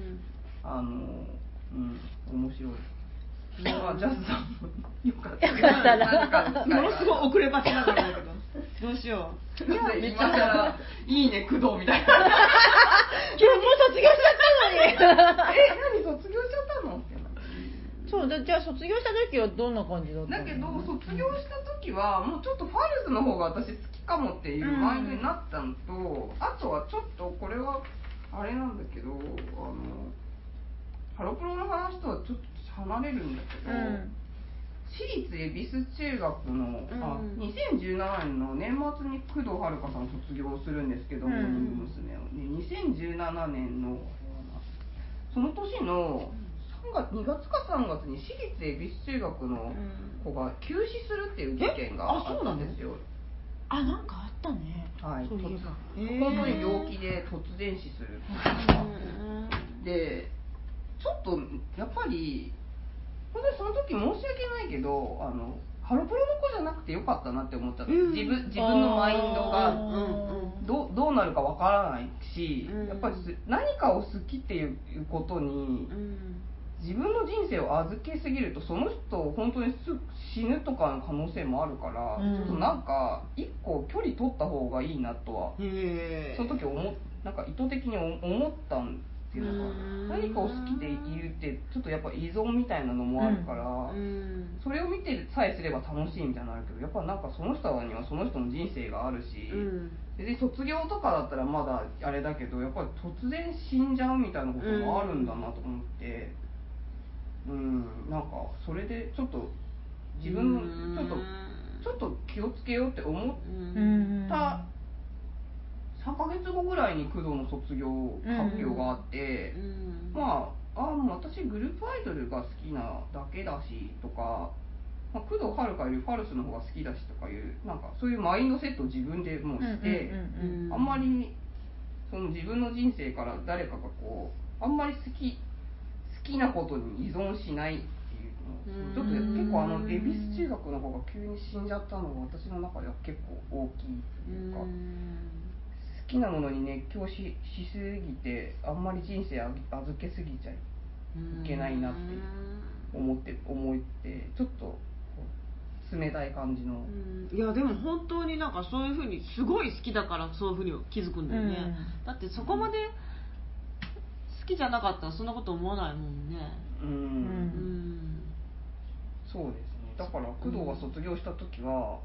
面白い。まあジャズさんもよかったものすごい遅ればちながらだけどどうしよう。 今からいいね工藤みたいな。 今日もう卒業しちゃったのに。 何卒業しちゃったの？ そうじゃあ卒業した時はどんな感じだったの？ だけど卒業した時はもうちょっとファルスの方が私好きかもっていうマインドになったのと、あとはちょっとこれはあれなんだけどハロプロの話とはちょっと離れるんだけど、私立恵比寿中学の、2017年の年末に工藤遥さん卒業するんですけど、モーニング娘。を、2017年のその年の2月か3月に私立恵比寿中学の子が急死するっていう事件があったんですよ。 なんかあったね。 はい。 そういえば。 本当に病気で突然死する。で、ちょっとやっぱり本当にその時申し訳ないけどハロプロの子じゃなくてよかったなって思っちゃった。自分のマインドがどうなるかわからないし、やっぱり何かを好きっていうことに。自分の人生を預けすぎるとその人本当に死ぬとかの可能性もあるから、ちょっとなんか一個距離取った方がいいなとはその時なんか意図的に思ったんていうのか、何かを好きでいるってちょっとやっぱ依存みたいなのもあるから、それを見てさえすれば楽しいみたいなのあるけど、やっぱなんかその人にはその人の人生があるし、別に卒業とかだったらまだあれだけど、やっぱり突然死んじゃうみたいなこともあるんだなと思って、なんかそれでちょっと自分ちょっと気をつけようって思った3ヶ月後ぐらいに工藤の卒業発表があって、まあ私グループアイドルが好きなだけだしとか、工藤遥よりファルスの方が好きだしとかいうなんかそういうマインドセットを自分でもうして、あんまりその自分の人生から誰かがこうあんまり好きなことに依存しないっていうのをちょっと結構恵比寿中学の方が急に死んじゃったのが私の中では結構大きいというか。好きなものに熱狂しすぎてあんまり人生預けすぎちゃいけないなって思ってちょっと冷たい感じの、 いやでも本当になんかそういう風にすごい好きだからそういう風に気づくんだよね、だってそこまで好きじゃなかったらそんなこと思わないもんね。 そうですね。だから工藤が卒業した時は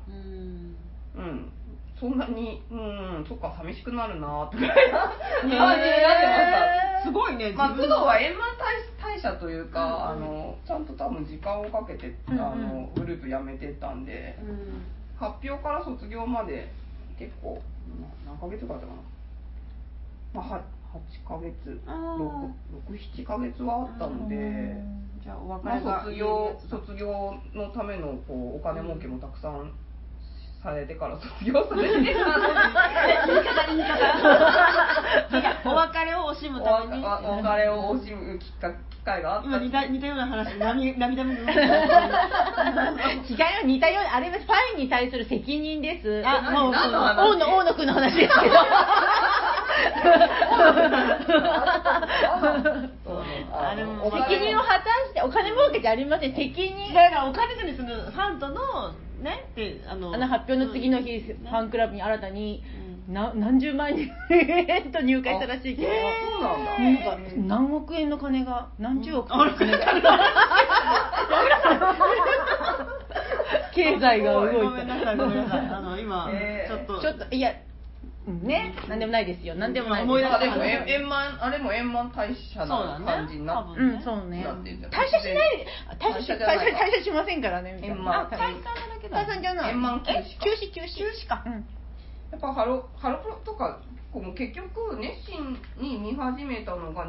そんなにそっか寂しくなるなってぐらいな感じになってました。 すごいね。 工藤は円満退社というか、ちゃんと多分時間をかけてグループ辞めてったんで、発表から卒業まで結構何ヶ月かあったかな、8ヶ月6、7ヶ月はあったので、 じゃあお別れが卒業のためのこうお金儲けもたくさんされてから卒業されて言い方お別れを惜しむためにお別れを惜しむ機会があった。 今似たような話涙も違うよ、 似たようなあれはファンに対する責任です。 何の話？ 大野くんの話ですけど責任を果たしてお金儲けじゃありません。責任だからお金じゃない、そのファンとのねって発表の次の日、ファンクラブに新たに何十万人と入会したらしいけど、なんか何億円の金が何十億円の金が経済が動いた。 ごめんなさい今ちょっといやね、なんでもないですよ。なんでもない。 思い出した。でもあれも円満退社な感じになって、 そうね。退社しない、退社しませんからね。 円満退散だけだ。 退散じゃない。 円満休止か。 やっぱハロプロとかもう結局熱心に見始めたのが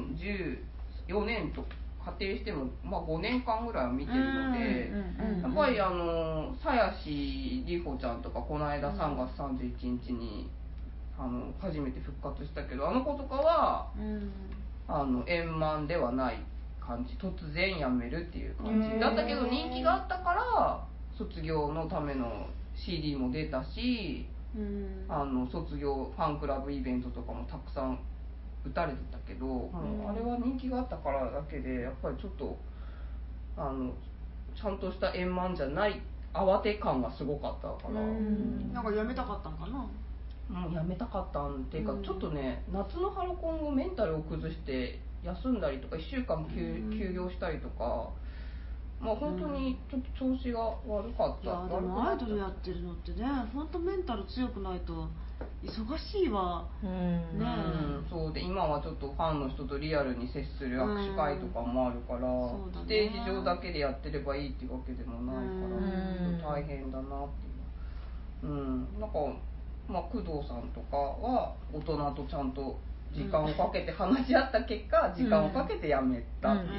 2014年と仮定しても、5年間ぐらいは見てるので、やっぱり鞘師里穂ちゃんとかこの間3月31日に初めて復活したけど、あの子とかは、円満ではない感じ、突然辞めるっていう感じだったけど、人気があったから卒業のための CD も出たし、卒業ファンクラブイベントとかもたくさん打たれてたけど、あれは人気があったからだけでやっぱりちょっとちゃんとした円満じゃない慌て感がすごかったから、 なんかやめたかったんかな。 やめたかったんっていうか、ちょっとね夏のハロコンをメンタルを崩して休んだりとか1週間休業したりとか、本当にちょっと調子が悪かった。 いやでもアイドルやってるのってね、本当メンタル強くないと忙しいわ。 そうで今はちょっとファンの人とリアルに接する握手会とかもあるから、ステージ上だけでやってればいいっていうわけでもないからちょっと大変だなっていう。なんか工藤さんとかは大人とちゃんと時間をかけて話し合った結果、時間をかけて辞めたっていう、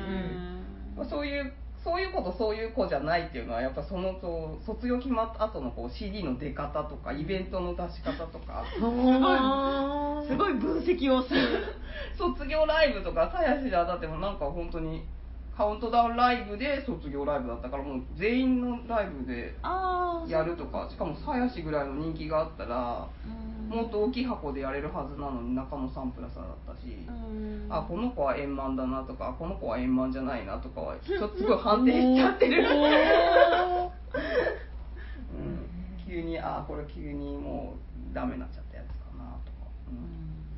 そういう子とそういう子じゃないっていうのはやっぱその卒業決まった後のCD の出方とかイベントの出し方とかすごい分析をする卒業ライブとか鞘師でだってもなんか本当にカウントダウンライブで卒業ライブだったから、もう全員のライブでやるとか、しかも鞘師ぐらいの人気があったらもっと大きい箱でやれるはずなのに中野サンプラザだったし、この子は円満だなとかこの子は円満じゃないなとかはちょっとすごい判定しちゃってる急にこれ急にもうダメになっちゃったやつかなとか、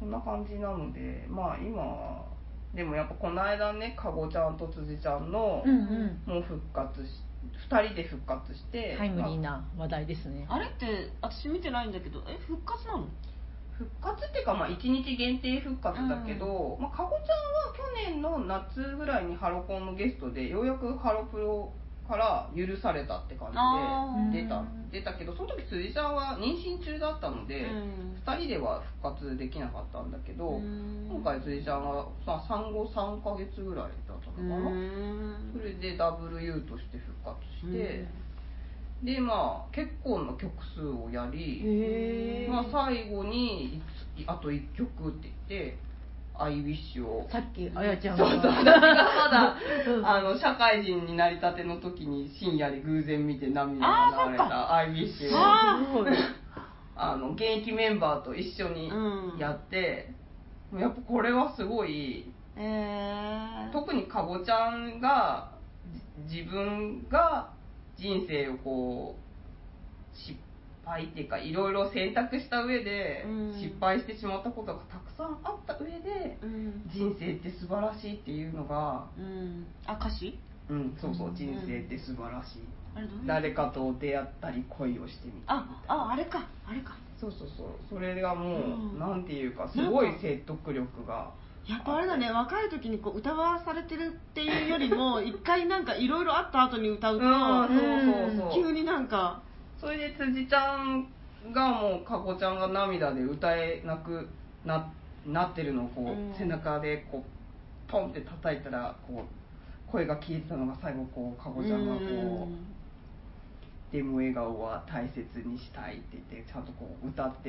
そんな感じなので、まあ今でもやっぱこの間ね、かごちゃんと辻ちゃんのもう復活し、2人で復活して、 タイムリーな話題ですね。 あれって私見てないんだけど、復活なの？ 復活っていうか、まあ1日限定復活だけど、まあ、かごちゃんは去年の夏ぐらいにハロコンのゲストでようやくハロプロから許されたって感じで出たけど、その時辻ちゃんは妊娠中だったので、2人では復活できなかったんだけど、今回辻ちゃんが産後3ヶ月ぐらいだったのかな、それで WU として復活して、でまあ結構な曲数をやり、まあ、最後にあと1曲って言って「I wish」をさっきあやちゃんがそうそう、私がまだ社会人になりたての時に深夜で偶然見て涙が流れた「I wish」を現役メンバーと一緒にやって、やっぱこれはすごい、特にかごちゃんが自分が人生をこう失敗っていうかいろいろ選択した上で失敗してしまったことがたくさんあった上で、人生って素晴らしいっていうのが、 歌詞？ そうそう、人生って素晴らしい、誰かと出会ったり恋をしてみたり、 あれかそうそうそう、それがもう、なんていうかすごい説得力が。 やっぱあれだね、若い時にこう歌わされてるっていうよりも一回なんかいろいろあった後に歌うと、急になんか、 それで辻ちゃんがもうかごちゃんが涙で歌えなくなってるのをこう、背中でこうポンって叩いたらこう声が消えてたのが最後こうかごちゃんがこう、でも笑顔は大切にしたいって言ってちゃんとこう歌って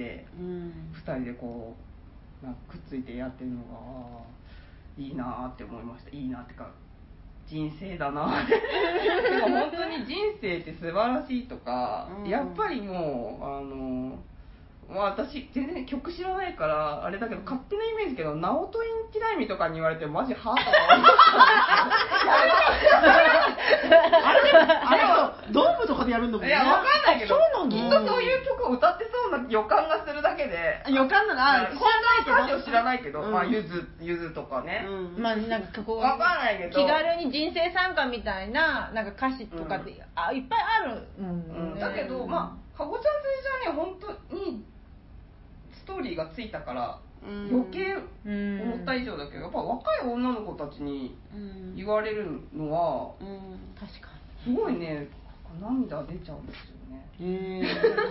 、2人でこうなんかくっついてやってるのがいいなって思いました。いいなってか人生だなってでも本当に人生って素晴らしいとか、やっぱりもう私全然曲知らないからあれだけど、勝手なイメージけどナオトインティライミとかに言われてマジはとか思ったあれドームとかでやるんだもんね。 いやわかんないけど、 そうなの？ きっとそういう曲を歌ってそうな予感がするだけで、 予感なの？ 知らないけど、知らないけど、まあゆずとかね、 まあなんかこうわかんないけど気軽に人生参加みたいななんか歌詞とかって、いっぱいあるもんね。 だけどまあかごちゃん辻ちゃんには本当にストーリーがついたから余計思った以上だけど、やっぱ若い女の子たちに言われるのは確かすごいね、涙出ちゃうんですよね。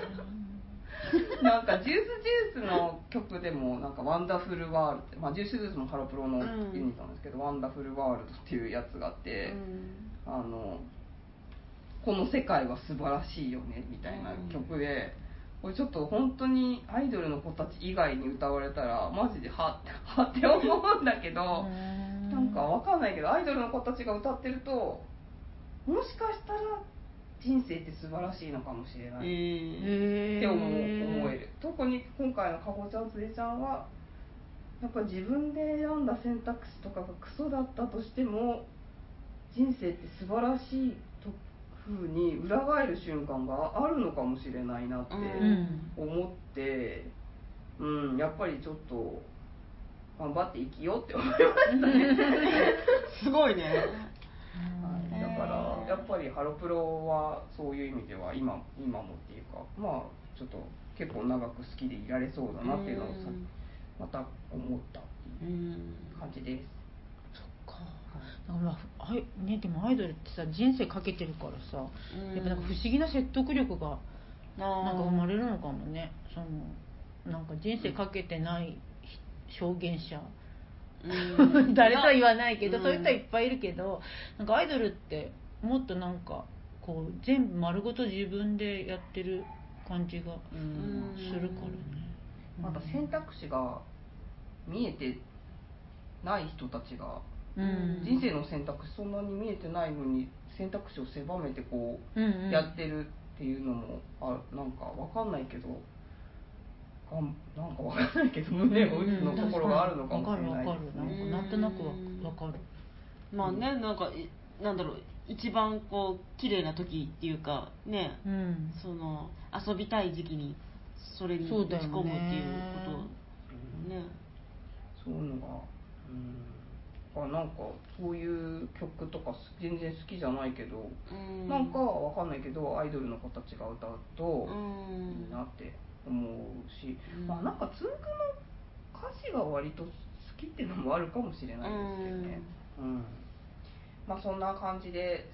なんかジュースの曲でもなんかワンダフルワールドって、まあ、ジュースもハロプロのユニットなんですけど、ワンダフルワールドっていうやつがあって、この世界は素晴らしいよねみたいな曲で、これちょっと本当にアイドルの子たち以外に歌われたらマジではって思うんだけど、なんかわかんないけどアイドルの子たちが歌ってるともしかしたら人生って素晴らしいのかもしれないって思える。特に今回のかごちゃん辻ちゃんはやっぱ自分で選んだ選択肢とかがクソだったとしても人生って素晴らしいと風に裏返る瞬間があるのかもしれないなって思って、やっぱりちょっと頑張って生きようって思いましたねすごいね。 だからやっぱりハロプロはそういう意味では今もっていうか、まあちょっと結構長く好きでいられそうだなっていうのをまた思ったっていう感じです。 だからね、でもアイドルってさ人生かけてるからさ、やっぱなんか不思議な説得力がなんか生まれるのかもね。そのなんか人生かけてない証言者誰とは言わないけど、そういう人はいっぱいいるけど、なんかアイドルってもっとなんかこう全部丸ごと自分でやってる感じがするからね。 また選択肢が見えてない人たちが、人生の選択肢そんなに見えてないのに選択肢を狭めてこうやってるっていうのもなんかわかんないけど、なんかわかんないけど胸を打つのところがあるのかもしれないですね。 なんとなくわかる。 まあね、なんかなんだろう、一番こう綺麗な時っていうかね、その遊びたい時期にそれに打ち込むっていうことね。 そういうのが、なんかそういう曲とか全然好きじゃないけど、なんかわかんないけどアイドルの子たちが歌うといいなって思うし、まあなんかつんくの歌詞が割と好きっていうのもあるかもしれないですけどね。まあそんな感じです。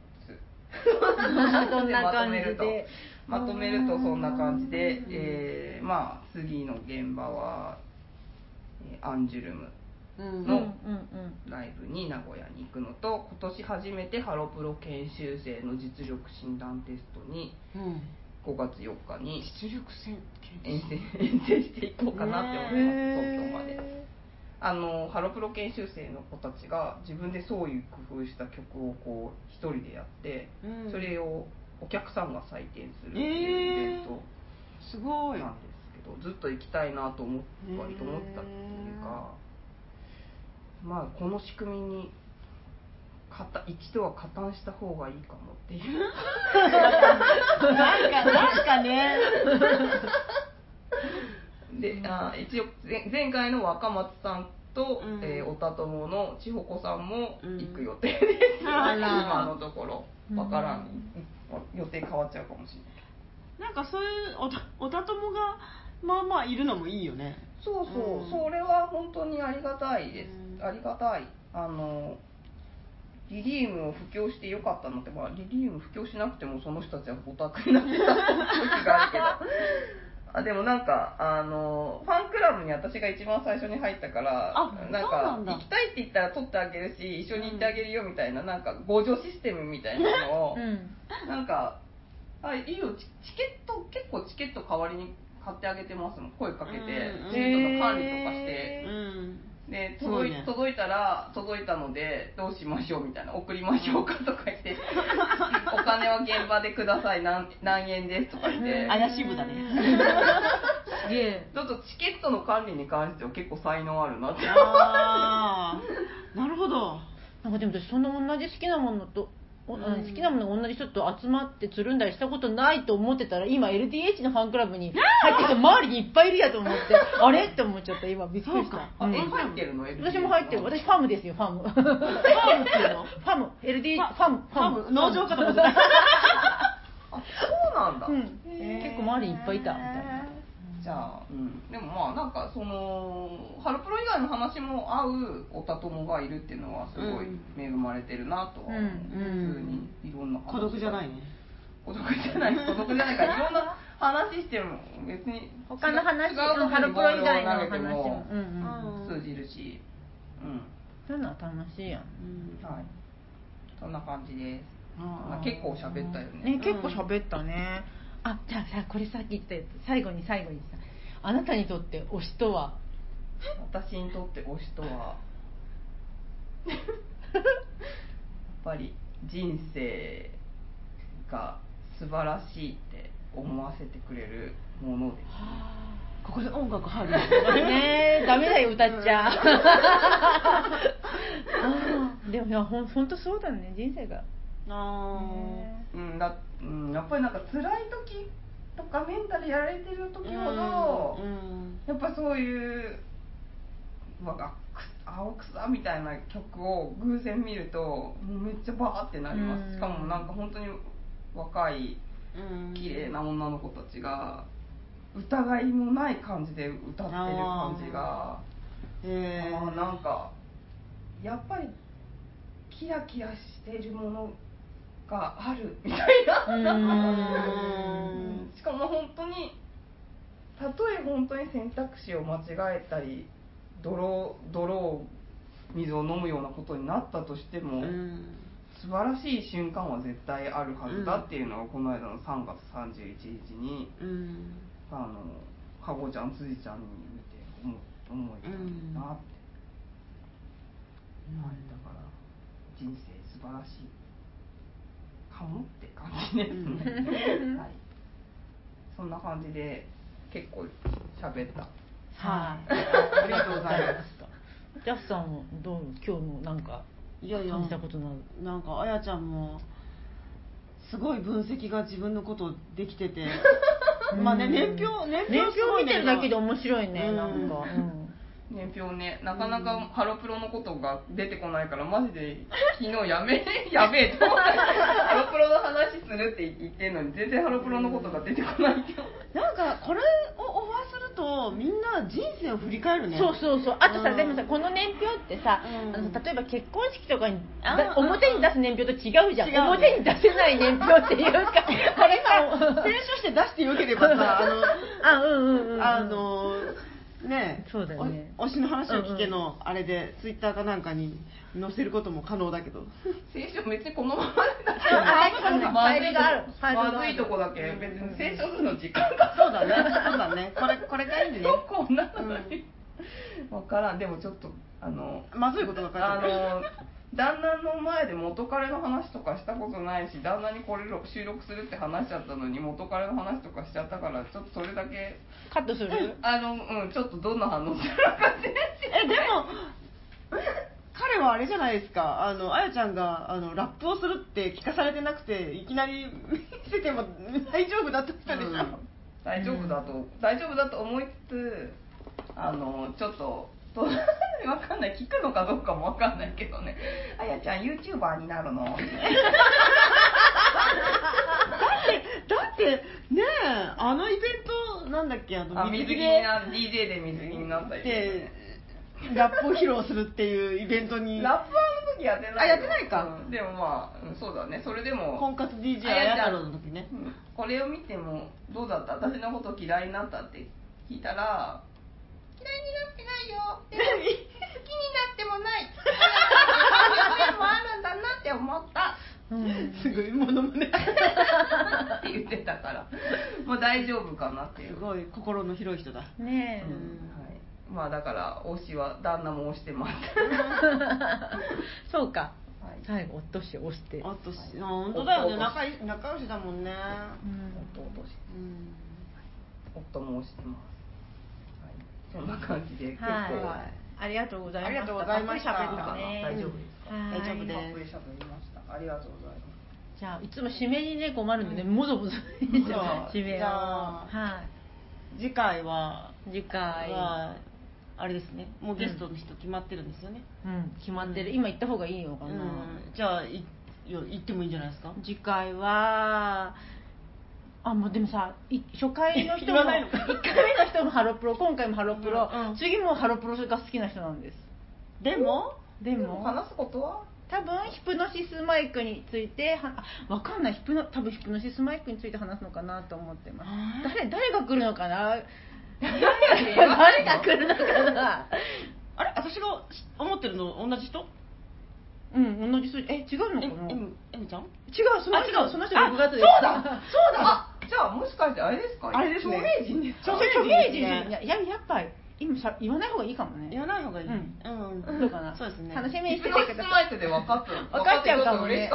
そんな感じでまとめるとそんな感じで、まあ次の現場はアンジュルムのライブに名古屋に行くのと、今年初めてハロプロ研修生の実力診断テストに5月4日に遠征していこうかなって思います。東京まで。ハロプロ研修生の子たちが自分でそういう工夫した曲をこう一人でやって、それをお客さんが採点するっていうイベントすごいなんですけど、ずっと行きたいなと割と思ったっていうか、まあこの仕組みに一度は加担した方がいいかもっていうなんかねで、一応前回の若松さんと、おたともの千穂子さんも行く予定です、今のところわからん、予定変わっちゃうかもしれない。 なんかそういうおたともがまあまあいるのもいいよね。 そう、それは本当にありがたいです、ありがたい。リリウムを布教してよかったのって、まあ、リリウム布教しなくてもその人たちはオタクになってた時があるけどでもなんかファンクラブに私が一番最初に入ったから、なんか行きたいって言ったら取ってあげるし一緒に行ってあげるよみたいな、なんか互助システムみたいなのを、なんかいいよ、チケット結構チケット代わりに買ってあげてますもん。声かけてチケットの管理とかして、で届いたら届いたのでどうしましょうみたいな、送りましょうかとか言ってお金は現場でください、何円ですとか言って、 怪しい部だねすげえ。ちょっとチケットの管理に関しては結構才能あるなって。 なるほど。 なんかでも私そんな同じ好きなものと好きなものが同じ人と集まってつるんだりしたことないと思ってたら、今 LDH のファンクラブに入ってきて周りにいっぱいいるやと思ってあれって思っちゃった。今びっくりした。 入ってるの？ 私も入ってる。私ファムですよ、ファム。ファムっていうの？ファム LD ファム農場かと思ってた。 そうなんだ。 結構周りにいっぱいいたみたいな。 じゃあ、でもまあなんかそのハロプロ以外の話も合うおたともがいるっていうのはすごい恵まれてるなとは思う。普通にいろんな話。 孤独じゃないね。 孤独じゃないからいろんな話しても別に他の話、ハロプロ以外の話も通じるし、 そういうのは楽しいやん。 はい。そんな感じです。結構喋ったよね。 結構喋ったね。じゃあさ、これさっき言ったやつ、最後にさ、あなたにとって推しとは？ 私にとって推しとはやっぱり人生が素晴らしいって思わせてくれるものです。 ここで音楽入るね。ダメだよ、歌っちゃでもいや、ほんとそうだね、人生が。 やっぱりなんか辛い時とかメンタルやられてる時ほど、やっぱそういう青草みたいな曲を偶然見るともうめっちゃバーってなります。しかもなんか本当に若い綺麗な女の子たちが疑いもない感じで歌ってる感じが、なんかやっぱりキラキラしているものがあるみたいなしかも本当にたとえ本当に選択肢を間違えたり泥水を飲むようなことになったとしても、素晴らしい瞬間は絶対あるはずだっていうのがこの間の3月31日にかごちゃん辻ちゃんに見て思えたなって、だから人生素晴らしいかもって感じですね。はい、そんな感じで結構喋った。 はい、 ありがとうございました。 ジャスさんもどう、今日もなんか感じたことなる？ なんかあやちゃんもすごい分析が自分のことできててまあね、年表見てるだけで面白いね、なんか。 年表ね、なかなかハロプロのことが出てこないから、マジで昨日やべえと思ったハロプロの話するって言ってんのに全然ハロプロのことが出てこないけど、 なんかこれをオファーするとみんな人生を振り返るね。 そうあとさ、でもさ、この年表ってさ、例えば結婚式とかに表に出す年表と違うじゃん。表に出せない年表っていうか、これさ清書して出してよければさ、ね、 そうだよね。 推しの話を聞けのあれでツイッターかなんかに載せることも可能だけど、 聖書別にこのままだけど、ファイルがある。 まずいとこだけ別に聖書するの時間がそうだねこれがいいね。 こんなのに分からん。でもちょっとまずいことが書いてある。 旦那の前で元彼の話とかしたことないし、旦那にこれ収録するって話しちゃったのに元彼の話とかしちゃったから、ちょっとそれだけカットする？ ちょっとどんな反応するのか全然。 でも彼はあれじゃないですか、あやちゃんがラップをするって聞かされてなくていきなり見せても大丈夫だった人でしょ。 大丈夫だと思いつつ、ちょっとわかんない、聞くのかどうかもわかんないけどね。あやちゃん YouTuber になるの？だってねえ、イベントなんだっけ、 水着にな DJ で水着になったりでラップを披露するっていうイベントに。 ラップはあの時やってない。 やってないか。 でもまあそうだね。それでも婚活 DJ あや太郎の時ね。 これを見てもどうだった？私のこと嫌いになったって聞いたら、嫌いになってないよ。でも好きになってもない。もあるんだなって思った。 すごいモノマネって言ってたから、もう大丈夫かなっていう。 すごい心の広い人だね。 まあだから推しは旦那も推してます。 そうか。最後夫氏推して。 本当だよね。仲良しだもんね。 夫も推してます。そんな感じで結構、 ありがとうございました。 ありがとうございました。 大丈夫ですか？ 大丈夫です。 たっぷり喋りました。ありがとうございます。 じゃあいつも締めにね困るんでね、もぞもぞ締めを。 次回はあれですね。もうゲストの人決まってるんですよね。 決まってる。今行った方がいいのかな。 じゃあ行ってもいいんじゃないですか。 次回はもうでもさ、初回の人も1回目の人もハロプロ、今回もハロプロ、次もハロプロが好きな人なんです。 でも話すことは多分ヒプノシスマイクについてわかんない。多分ヒプノシスマイクについて話すのかなと思ってます。誰が来るのかな。誰が来るのかな。 あれ、私が思ってるの同じ人？ 同じ人。違うのかな。 M ちゃん？ 違う、その人6月です。 そうだ。 じゃあもしかしてあれですか？ あれですね。 著名人ですか？ 著名人。やっぱり今言わない方がいいかもね。 言わない方がいい。 どうかな。 そうですね。 楽しみにしててください。 マイクで分かっちゃうかもね。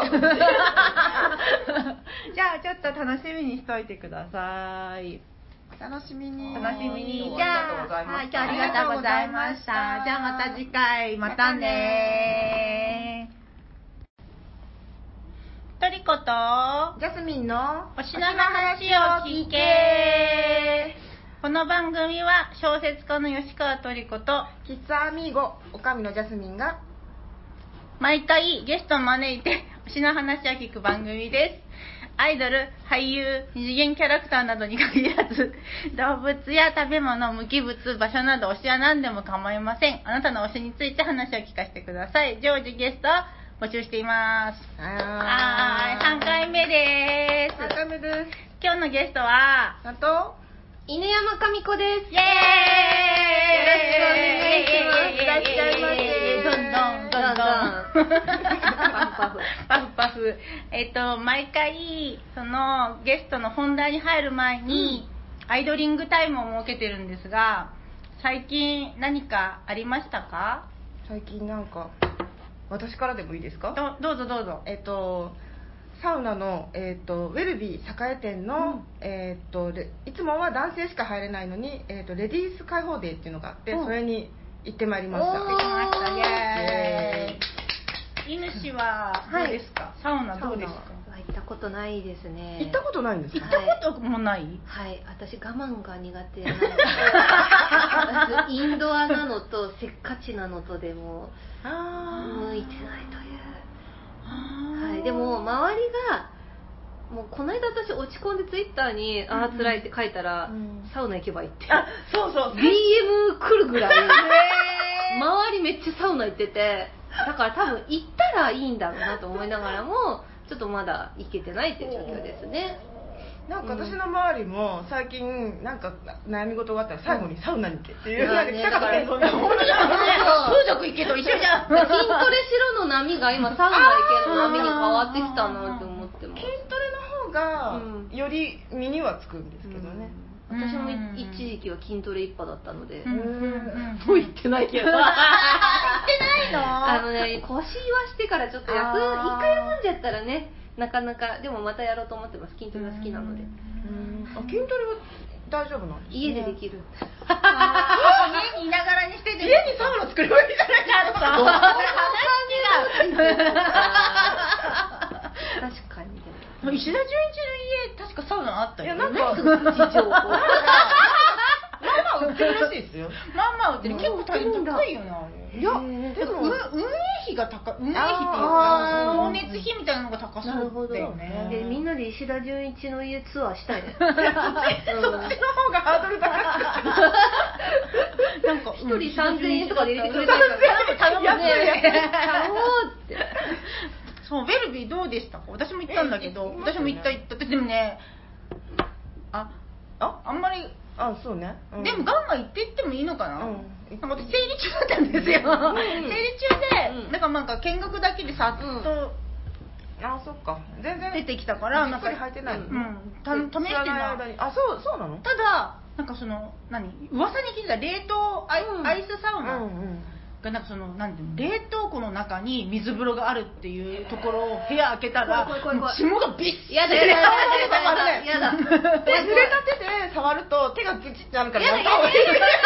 じゃあちょっと楽しみにしといてください。 楽しみに。 じゃあ今日ありがとうございました。じゃあまた次回。またね。トリコとジャスミンの推しの話を聞け。この番組は小説家の吉川トリコとキッズアミーゴおかみのジャスミンが毎回ゲストを招いて推しの話を聞く番組です。アイドル、俳優、二次元キャラクターなどに限らず、動物や食べ物、無機物、場所など推しは何でも構いません。あなたの推しについて話を聞かせてください。常時ゲストを募集しています。3回目です。 3回目です。 今日のゲストはなんと犬山神子です。 イエーイ。 よろしくお願いします。いらっしゃいませ。 どんどんパフパフ。毎回そのゲストの本題に入る前に、アイドリングタイムを設けてるんですが、最近何かありましたか？ 最近なんか私からでもいいですか？ どうぞ。 サウナの、ウェルビー栄店の、いつもは男性しか入れないのに、レディース開放デーっていうのがあって、それに行ってまいりました。 行ってきました。イエーイ。犬氏はどうですか？サウナどうですか？ 行ったことないですね。 行ったことないんですか？ 行ったこともない。 はい、私我慢が苦手なのでインドアなのとせっかちなのとでも向いてないという。はい、でも周りがもうこの間私落ち込んでツイッターにあー辛いって書いたら、サウナ行けばいいってそうそう DM 来るぐらい周りめっちゃサウナ行ってて、だから多分行ったらいいんだろうなと思いながらもちょっとまだ行けてないっていう状況ですね。 なんか私の周りも最近なんか悩み事があったら最後にサウナに行けっていう、なんか来たかった本当だ風俗行けと一緒じゃん。 筋トレしろの波が今サウナ行けの波に変わってきたなって思ってます。 筋トレの方がより身にはつくんですけどね。 私も一時期は筋トレ一派だったので、 ももう行ってないけど。 行ってないの？ 腰言わしてからちょっと一回休んじゃったらね、なかなか。でもまたやろうと思ってます。筋トレが好きなので。 筋トレは大丈夫なんですか？ 家でできる。 家にいながらにしてて、 家にサウナ作ればいいじゃないですか。 確かに。 石田純一の家確かサウナあったよね。 いやなんかプチ情報。 まあ売ってるらしいですよ。 まあまあ売ってる。結構高いよねあれ。 いやでも運営費が高い。運営費っていうか光熱費みたいなのが高そうだよね。 でみんなで石田純一の家ツアーしたいね。 そっちの方がハードル高なんか一人3000円とかで入れてくれないから頼むね。頼もうって。 そう、ベルビーどうでしたか？私も行ったんだけど、私も行った。でもね、あんまり、 そうね。 でもガンガン行っていってもいいのかな？なんか私生理中だったんですよ。生理中で、なんか見学だけでさっとそっか。全然出てきたから、 なんか履いてない。 試してない。 そうなの？ ただ、なんか噂に聞いた冷凍アイスサウナがなんかなんていうの、冷凍庫の中に水風呂があるっていうところを部屋開けたら霜がビッやだやだで濡れた手で触ると手がプチってなるからやった方がいい。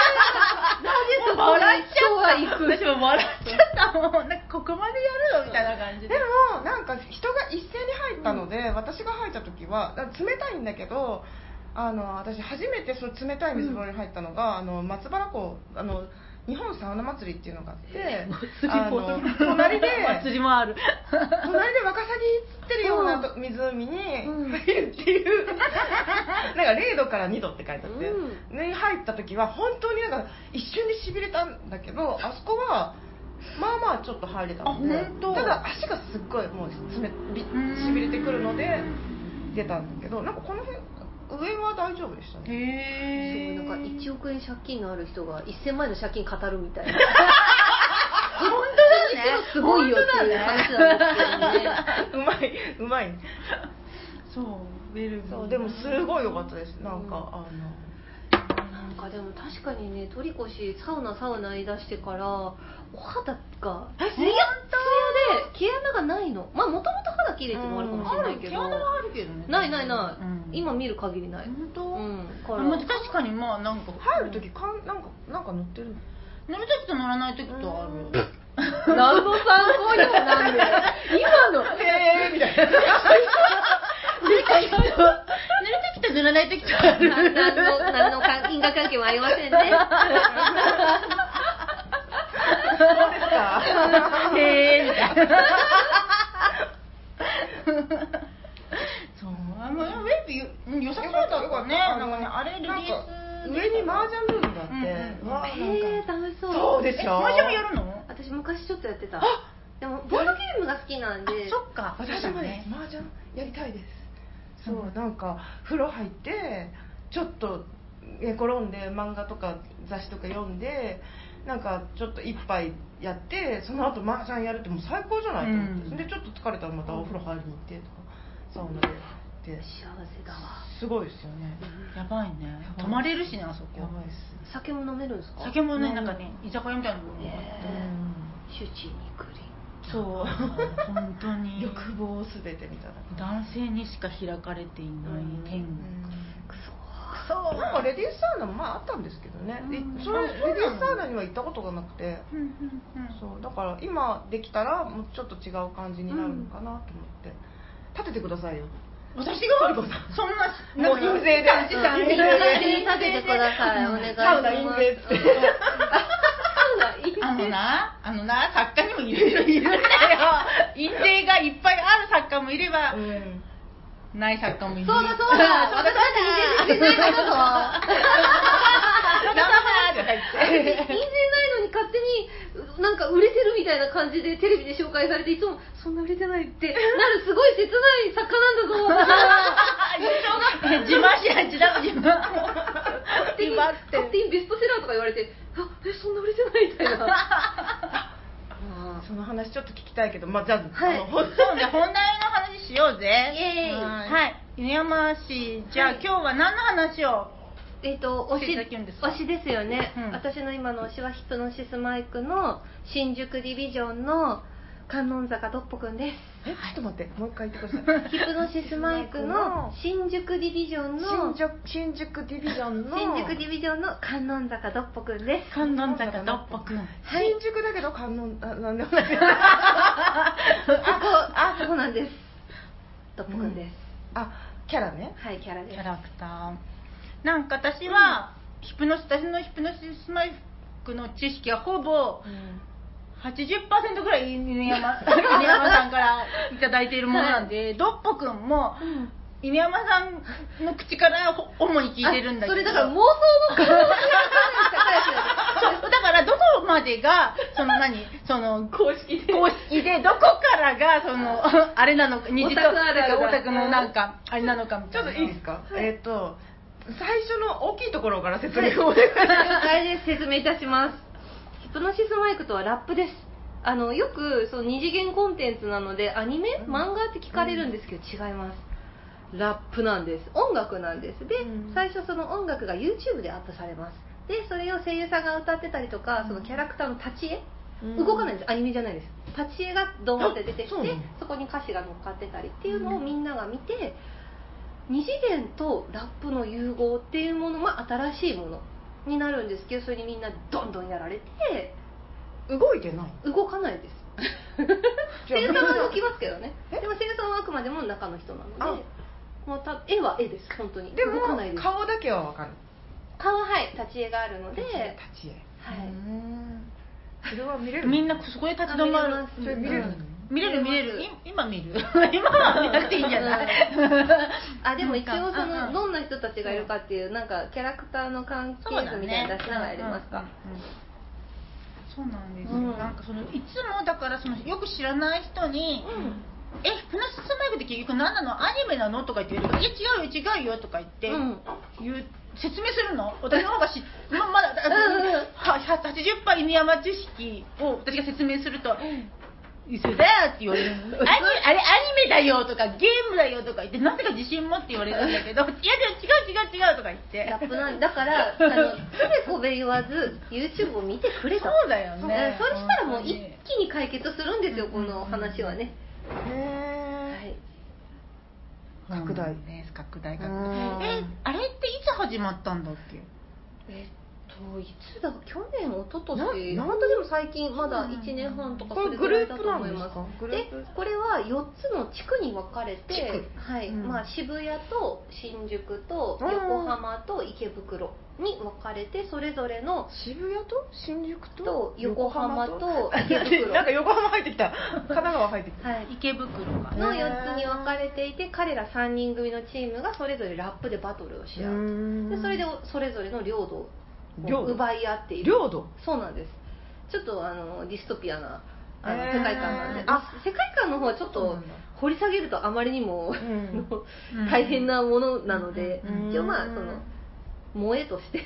笑っちゃった。私も笑っちゃった。もうなんかここまでやるのみたいな感じで。 でもなんか人が一斉に入ったので、私が入った時は冷たいんだけど、私初めてその冷たい水風呂に入ったのが松原湖日本サウナ祭りっていうのがあって隣で祭りもある。 隣でワカサギ釣ってるような湖に入るっていうなんか0度から2度って書いてあってに入った時は本当になんか一瞬でしびれたんだけど、あそこはまあまあちょっと入れたので、ただ足がすっごいもうしびれてくるので出たんだけど、なんかこの辺上は大丈夫でしたね。 そう、なんか1億円借金のある人が1000万円の借金語るみたいな。 本当だね。 すごいよっていう話なんですけどね。 うまい。 そうベルビー。 そうでもすごい良かったです。なんかでも確かにね、取り越しサウナ言い出してからお肌がツヤツヤで毛穴がないの。まあもともと肌綺麗っていうのもあるかもしれないけど、 毛穴はあるけどね。 ない、今見る限りない。 本当？確かになんか入る時なんか塗ってるの？ 塗る時と塗らない時とある。 何の参考にもなんで今のみたいな。 塗る時と塗らない時とある。 何の因果関係もありませんね。 そうですか。 みたいな。そう、ウェブ良さそうだったね。なんかね、あれリリース上に麻雀ルームがあって、 楽しそう。 そうでしょ。 麻雀もやるの？ 私昔ちょっとやってた。でもボードゲームが好きなんで。 そっか。 私もね、麻雀やりたいです。そう、なんか風呂入ってちょっと寝転んで漫画とか雑誌とか読んで、なんかちょっと一杯やってその後麻雀やるってもう最高じゃないと思って、でちょっと疲れたらまたお風呂入りに行ってとかサウナでって幸せだわ。 すごいですよね。 やばいね。泊まれるしね、あそこ。 やばいです。 酒も飲めるんですか？ 酒もね、なんかね、居酒屋みたいなのがあって、 酒地に来り。 そう本当に欲望すべてみたいな。 男性にしか開かれていない天国。 そうなんかレディースサウナもあったんですけどね、それレディースサウナには行ったことがなくて、そうだから今できたらもうちょっと違う感じになるのかなと思って、 立ててくださいよ。 私がそんなもう印税で勝手に立ててください。お願いします。 サウナ印税って。 あのな作家にもいろいろいるんだよ。印税がいっぱいある作家もいれば、ない作家もいる。 そうだそうだ。私だって印税ないのぞ。印税ないのに勝手になんか売れてるみたいな感じでテレビで紹介されて、いつもそんな売れてないってなる、すごい切ない作家なんだぞ。 自慢しない自慢。 勝手にベストセラーとか言われて、そんな売れてないみたいな。 その話ちょっと聞きたいけど、じゃあ、 そうね、本題の話しようぜ。 イエーイ。 はい、犬山氏、じゃあ今日は何の話を推しですよね、 うん、 私の今の推しはヒプノシスマイクの新宿ディビジョンの観音坂ドッポくんです。 ちょっと待って、もう一回言ってください。 ヒプノシスマイクの新宿ディビジョンの新宿ディビジョンの観音坂ドッポくんです。 観音坂ドッポくん、 新宿だけど観音、なんでもない。 そうなんです。ドッポくんです。 キャラね。 はい、キャラです。 キャラクター。なんか私は、私のヒプノシスマイクの知識はほぼ、80% ぐらい犬山さんからいただいているものなんで、ドッポくんも犬山さんの口から主に聞いてるんだけど、 それだから妄想の可能性がだからどこまでが公式でどこからがあれなのか、二次とオタクのなんかあれなのかみたいな。 ちょっといいですか？最初の大きいところから説明をお願いします。 はい、説明いたします。ヒプノシスマイクとはラップです。よく二次元コンテンツなのでアニメ、漫画って聞かれるんですけど、違います。ラップなんです。音楽なんです。で、最初その音楽が YouTube でアップされます。で、それを声優さんが歌ってたりとか、そのキャラクターの立ち絵、動かないんです。アニメじゃないです。立ち絵がドーンって出てきて、そこに歌詞が乗っかってたりっていうのをみんなが見て、二次元とラップの融合っていうものは新しいものになるんですけど、それにみんなどんどんやられて、 動いてない？ 動かないです。声優さんは動きますけどね。でも声優さんはあくまでも中の人なので、絵は絵です。本当にでも動かないです。 顔だけは分かる。 顔は立ち絵があるので、 立ち絵、 はい、 それは見れる？ みんなそこで立ち止まる。 それ見れる？ 見れる。今見る。今は見なくていいんじゃない？ でも一応どんな人たちがいるかっていうなんかキャラクターの関係図みたいなの出しながらやりますか？ そうなんですよ。なんかいつもだからよく知らない人に、ヒプノシスマイクって結局何なの？アニメなの？とか言って言うと、違うよとか言って説明するの。私の方がまだ80%犬山知識を私が説明すると、嘘だよって言われる。あれアニメだよとかゲームだよとか言って、なぜか自信持って言われるんだけど、いやでも違うとか言って。 ラップなんだからつべこべ言わず YouTube を見てくれと。 そうだよね。 それしたらもう一気に解決するんですよ、この話はね。 拡大。 あれっていつ始まったんだっけ？ いつだ、去年一昨年、本当でも最近、まだ1年半とかそれぐらいだと思います。でこれは4つの地区に分かれて、渋谷と新宿と横浜と池袋に分かれて、それぞれの渋谷と新宿と横浜と池袋なんか横浜入ってきた、神奈川入ってきた、 池袋かの4つに分かれていて、彼ら3人組のチームがそれぞれラップでバトルをし合う。でそれでそれぞれの領土奪い合っている。 領土？ そうなんです。ちょっとディストピアな世界観なんで、世界観の方はちょっと掘り下げるとあまりにも大変なものなので、一応萌えとして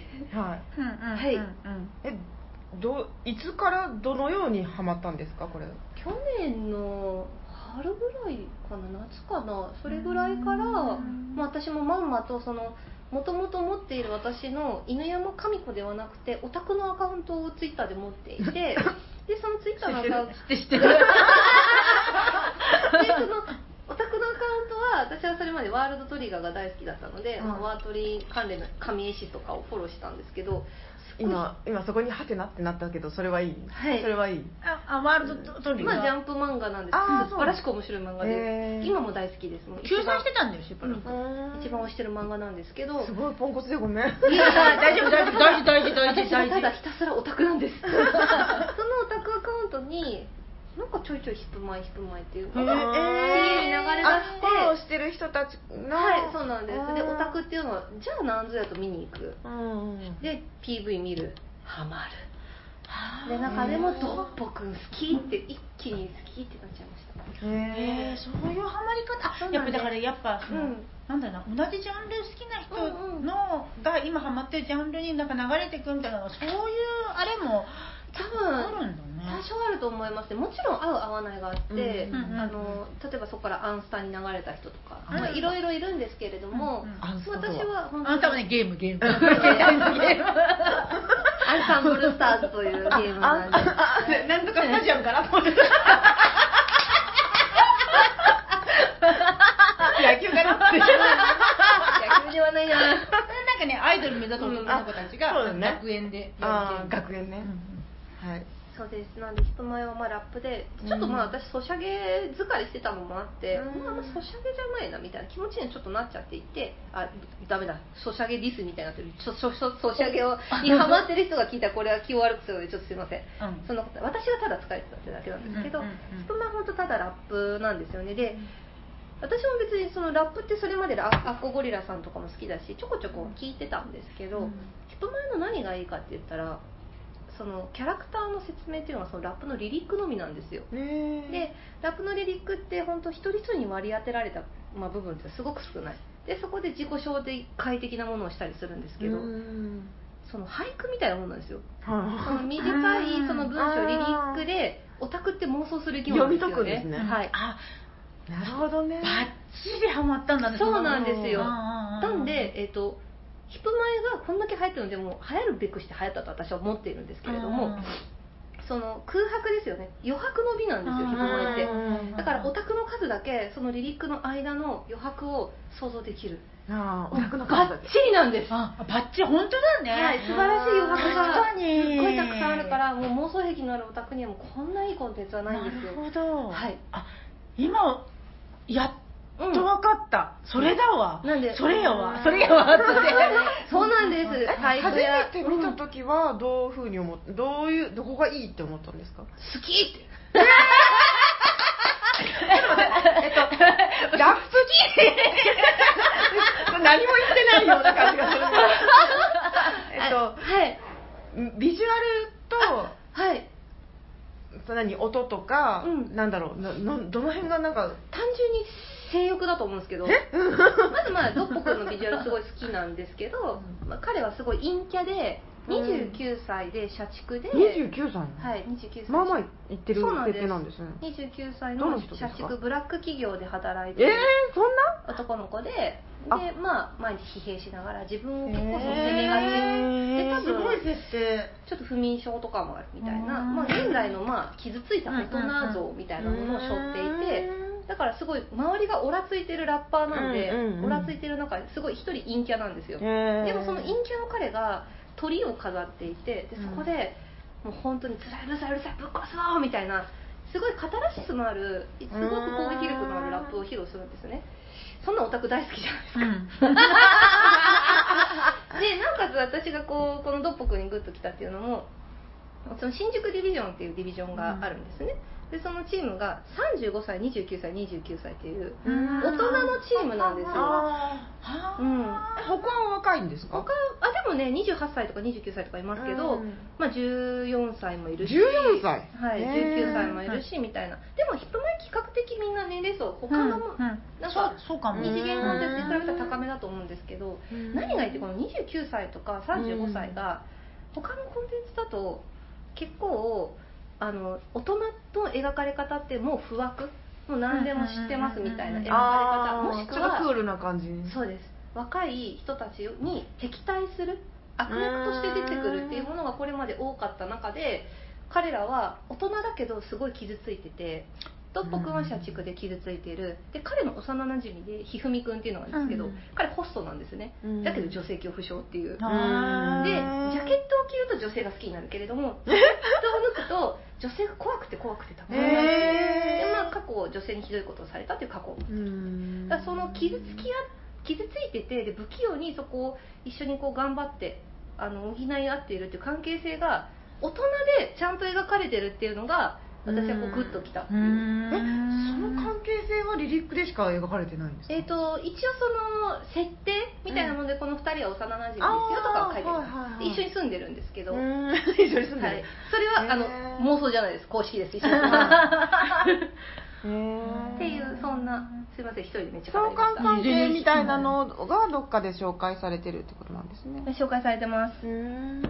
いつからどのようにハマったんですか？これ去年の春ぐらいかな、夏かな、それぐらいから、私もまんまともともと持っている私の犬山神子ではなくてオタクのアカウントをツイッターで持っていて、でそのツイッターのアカウントでそのオタクのアカウントは、私はそれまでワールドトリガーが大好きだったので、ワートリ関連の神絵師とかをフォローしたんですけど、す今そこにハテナってなったけど、それはいい、 はい、 それはいい。 ワールドトリガー、 ジャンプ漫画なんですけど、素晴らしく面白い漫画で、今も大好きです。もう救済してたんだよ、しばらく。 一番推してる漫画なんですけど、 すごいポンコツでごめん。 いや大丈夫大丈夫大事私はただひたすらオタクなんです。そのオタクアカウントになんかちょいちょいヒップマイっていうのが CA に流れ出して、 フォローしてる人たちの、 はい、そうなんです。でオタクっていうのはじゃあ何ぞやと見に行く、で PV 見る、ハマる、で中でもドッポくん好きって一気に好きってなっちゃいました。 そういうハマり方。やっぱだからその、なんだろうな、同じジャンル好きな人のが今ハマってるジャンルになんか流れていくみたいな、そういうあれも多分あるんだね。 多少あると思いますね。もちろん合う合わないがあって、例えばそこからアンスタに流れた人とか、いろいろいるんですけれども、私は本当にあんたはね、ゲームアンサンブルスターズというゲームなんで、 なんとかスタジアムかなと思ってた。野球かなって。 野球ではないな。 なんかね、アイドル目指す男の子たちが学園でやる。 学園ね。はい。 そうです。なんでヒップマイはラップでちょっと私ソシャゲ疲れしてたのもあって、あんまソシャゲじゃないなみたいな気持ちにちょっとなっちゃっていて、ダメだ、ソシャゲディスみたいになってる。ソシャゲにハマってる人が聞いたらこれは気を悪くするのでちょっとすいません。その私はただ疲れてたってだけなんですけど、ヒップマイは本当ただラップなんですよね。で。私も別にそのラップってそれまでアッコゴリラさんとかも好きだしちょこちょこ聞いてたんですけど、ヒップマイの何がいいかって言ったらそのキャラクターの説明っていうのはそのラップのリリックのみなんですよ。でラップのリリックって本当一人一人に割り当てられた、部分ってすごく少ないで、そこで自己紹介的なものをしたりするんですけど、その俳句みたいなものなんですよ。その短いその文章リリックでオタクって妄想する生き物なんですよね。 読み解くんですね。 はい。 なるほどね。 バッチリハマったんだね。 そうなんですよ。なんでヒップマイがこんだけ流行ってるのでも流行るべくして流行ったと私は思っているんですけれども、その空白ですよね。余白の美なんですよ、ヒップマイって。だからオタクの数だけそのリリックの間の余白を想像できる。 オタクのバッチリなんです。 バッチリ、本当だね。 はい、素晴らしい余白がすっごいたくさんあるから、もう妄想癖のあるオタクにはもうこんないいコンテンツはないんですよ。 なるほど。 はい。 今やっと分かった。それだわ。 なんでそれやわって。 そうなんです。 初めて見た時はどういう風に思って、どこがいいって思ったんですか？ 好きって。 ラップ何も言ってないような感じがする。 はい。 ビジュアルと、 はい。 音とか、なんだろう、どの辺がなんか単純に性欲だと思うんですけど、まずドッポくんのビジュアルすごい好きなんですけど、彼はすごい陰キャで29歳で社畜で、 29歳、 はい、29歳、 まあまあ言ってる設定なんですね。 29歳の社畜、ブラック企業で働いてるそんな男の子で、毎日疲弊しながら自分を結構責めがちで、多分ちょっと不眠症とかもあるみたいな、現代の傷ついた大人像みたいなものを背負っていて、だからすごい周りがオラついてるラッパーなんで、オラついてる中ですごい一人陰キャなんですよ。でもその陰キャの彼が鳥を飾っていて、でそこでもう本当につらいうるさいうるさいぶっ殺すぞみたいな、すごいカタラシスのあるすごく攻撃力のあるラップを披露するんですね。そんなオタク大好きじゃないですか、でなおかつ私がこのドッポくんにグッときたっていうのも、その新宿ディビジョンっていうディビジョンがあるんですね。でそのチームが35歳、29歳、29歳っていう大人のチームなんですよ。 他は若いんですか？ でもね28歳とか29歳とかいますけど、14歳もいるし、 14歳、 はい、19歳もいるしみたいな。でもヒップマイ比較的みんな年齢層他のなんか二次元コンテンツに比べたら高めだと思うんですけど、何がいいってこの29歳とか35歳が他のコンテンツだと結構大人の描かれ方ってもう不惑、もう何でも知ってますみたいな描かれ方、もしくはちょっとクールな感じ。 そうです。若い人たちに敵対する悪役として出てくるっていうものがこれまで多かった中で、彼らは大人だけどすごい傷ついてて、 トッポくんは社畜で傷ついている。で彼の幼なじみでひふみくんっていうのがいるんですけど、彼ホストなんですね。だけど女性恐怖症っていう。でジャケットを着ると女性が好きになるけれども、ジャケットを脱くと女性が怖くて怖くてたまらないで、過去女性にひどいことをされたっていう過去。だからその傷ついてて、で不器用にそこを一緒にこう頑張って補い合っているっていう関係性が大人でちゃんと描かれてるっていうのが私はこうグッときたっていう。 その関係性はリリックでしか描かれてないんですか？ 一応その設定みたいなので、この2人は幼なじみですよとかは書いてます。で一緒に住んでるんですけど、 一緒に住んでる、 はい、それは妄想じゃないです、公式です。一緒に住んでますっていう、そんな、すいません、一人でめっちゃ語りました。 相関関係みたいなのがどっかで紹介されてるってことなんですね。 紹介されてます。 なる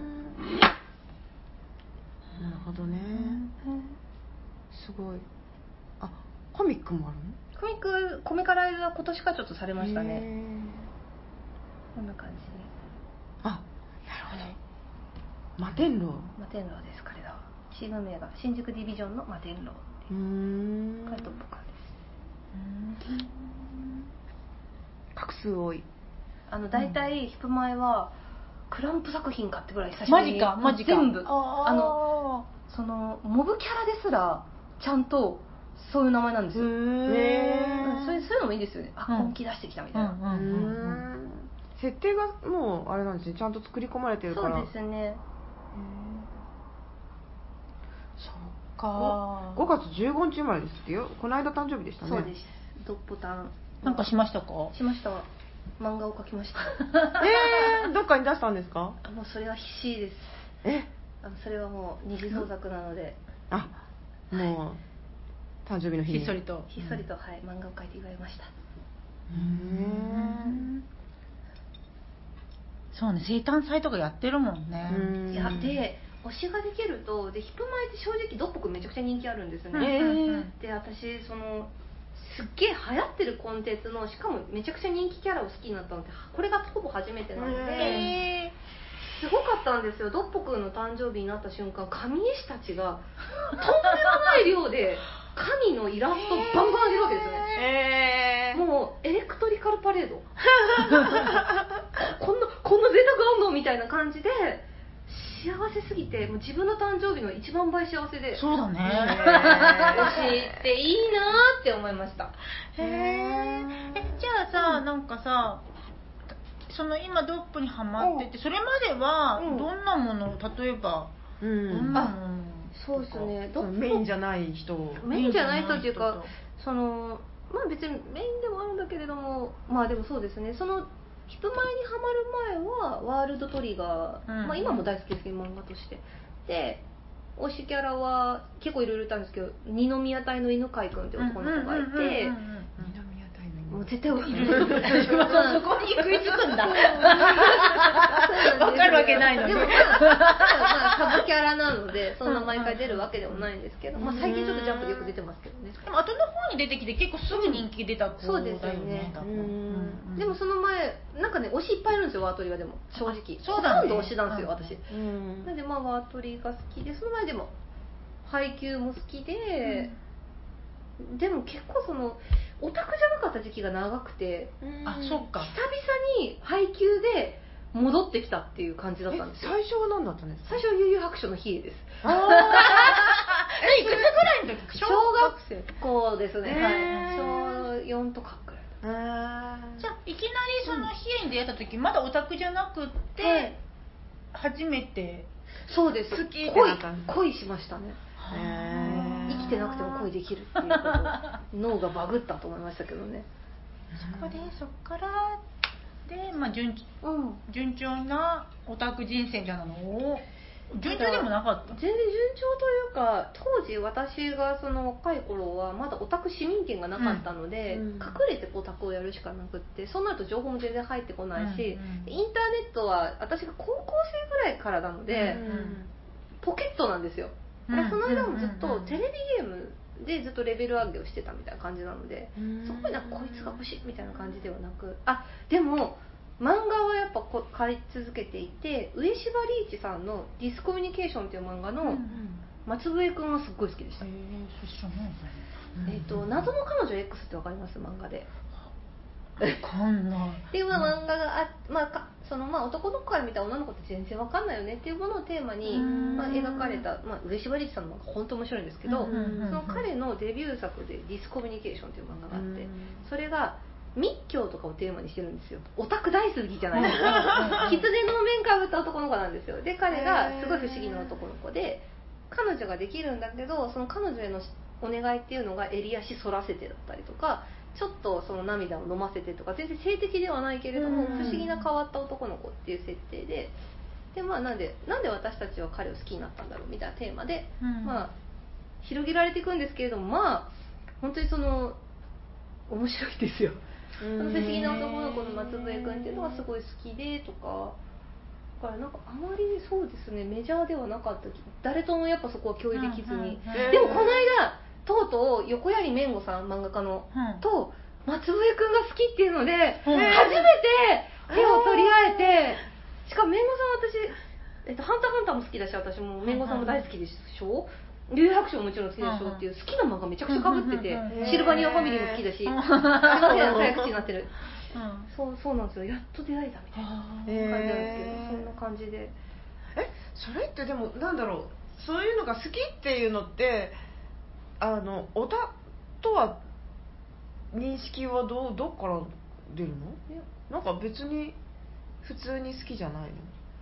ほどね。すごい。あ、コミックもあるの？ コミカライズは今年からちょっとされましたね。こんな感じで。 あ、なるほど。摩天楼。 摩天楼です、彼らは。チーム名が新宿ディビジョンの摩天楼っていう。これトップ感です。 画数多い。 大体ヒップ前はクランプ作品かってぐらい久しぶりにマジか全部そのモブキャラですらちゃんとそういう名前なんですよ。そういうのもいいですよね。本気出してきたみたいな。 設定がもうあれなんですね、ちゃんと作り込まれてるから。 そうですね。 そっか。 5月15日生まれですってよ。この間誕生日でしたね。 そうです。ドッポタンなんかしましたか？ しました。漫画を描きました。 どっかに出したんですか？ もうそれは必死です。それはもう二次創作なので。 もう誕生日の日にひっそりと、 はい、漫画を描いて祝いました。 そうね、生誕祭とかやってるもんね。 いやで推しができると、でヒップマイって正直ドッポくんめちゃくちゃ人気あるんですね。で私すっげえ流行ってるコンテンツの、しかもめちゃくちゃ人気キャラを好きになったのってこれがほぼ初めてなので、すごかったんですよ。ドッポくんの誕生日になった瞬間、神絵師たちがとんでもない量で神のイラストをバンバン上げるわけですよね。もうエレクトリカルパレードこんな贅沢あんのみたいな感じで幸せすぎて、もう自分の誕生日の一番倍幸せで、 そうだね。 推しっていいなーって思いました。 じゃあさ、なんかさ、その今ドッポにハマってて、それまではどんなもの、例えばどんなもの？ そうですね、 メインじゃない人メインじゃない人っていうか、別にメインでもあるんだけれども、でもそうですね、そのヒップマイにハマる前はワールドトリガー、今も大好きですけど漫画としてで、推しキャラは結構いろいろいたんですけど、二宮隊の犬飼君って男の子がいて、もう絶対わかんない。そこに食いつくんだ。わかるわけないのに。 でもサブキャラなので、そんな毎回出るわけでもないんですけど、最近ちょっとジャンプでよく出てますけどね。 でも後の方に出てきて結構すぐ人気出た子だよね。 そうですね。でもその前なんかね、推しいっぱいいるんですよ、ワートリは。でも正直そうだね、 ほとんど推しなんですよ私。なんでワートリが好きで、その前でも配給も好きで、でも結構オタクじゃなかった時期が長くて、 そっか、 久々に配給で戻ってきたっていう感じだったんですよ。 最初は何だったんですか？ 最初は悠々白書のヒエです。 いくつぐらいの時？ 小学校ですね。小4とかくらい。 じゃあいきなりそのヒエに出会った時、まだオタクじゃなくって初めて。 そうです。 好き恋しましたね。生きてなくても恋できるっていうこと脳がバグったと思いましたけどね。 そっからで、順調なオタク人生みたいなのを。順調でもなかった。 全然順調というか、当時私が若い頃はまだオタク市民権がなかったので、隠れてオタクをやるしかなくって、そうなると情報も全然入ってこないし、インターネットは私が高校生ぐらいからなので、ポケットなんですよ。その間もずっとテレビゲームでずっとレベル上げをしてたみたいな感じなので、そこにこいつが欲しいみたいな感じではなく、でも漫画はやっぱ買い続けていて、上柴リーチさんの「ディスコミュニケーション」っていう漫画の松笛くんはすっごい好きでした。 それ知らない謎の彼女 X ってわかります？漫画で。 わかんないっていう漫画が男の子から見た女の子って全然わかんないよねっていうものをテーマに、描かれた、上柴理さんの漫画本当面白いんですけど、その彼のデビュー作でディスコミュニケーションっていう漫画があって、それが密教とかをテーマにしてるんですよ。オタク大好きじゃないですか。狐の面かぶった男の子なんですよ。で彼がすごい不思議な男の子で、彼女ができるんだけど、その彼女へのお願いっていうのが襟足反らせてだったりとか、ちょっとその涙を飲ませてとか、全然性的ではないけれども、不思議な変わった男の子っていう設定で、なんで私たちは彼を好きになったんだろうみたいなテーマで、広げられていくんですけれども、本当に面白いですよ。不思議な男の子の松笛くんっていうのがすごい好きでとか、だからなんかあまりそうですね、メジャーではなかった、誰ともやっぱそこは共有できずに、でもこの間とうとう横槍めんごさん、漫画家の、と松笛くんが好きっていうので、初めて手を取り合えて、しかもめんごさん私、ハンターハンターも好きだし、私もめんごさんも大好きでしょ、竜白書ももちろん好きでしょっていう好きな漫画めちゃくちゃ被ってて、シルバニアファミリーも好きだし、すいません早口になってる、そうなんですよ、やっと出会えたみたいな感じなんですけど、そんな感じで。 それってでもなんだろう、そういうのが好きっていうのってオタとは認識はどっから出るの？なんか別に普通に好きじゃないの？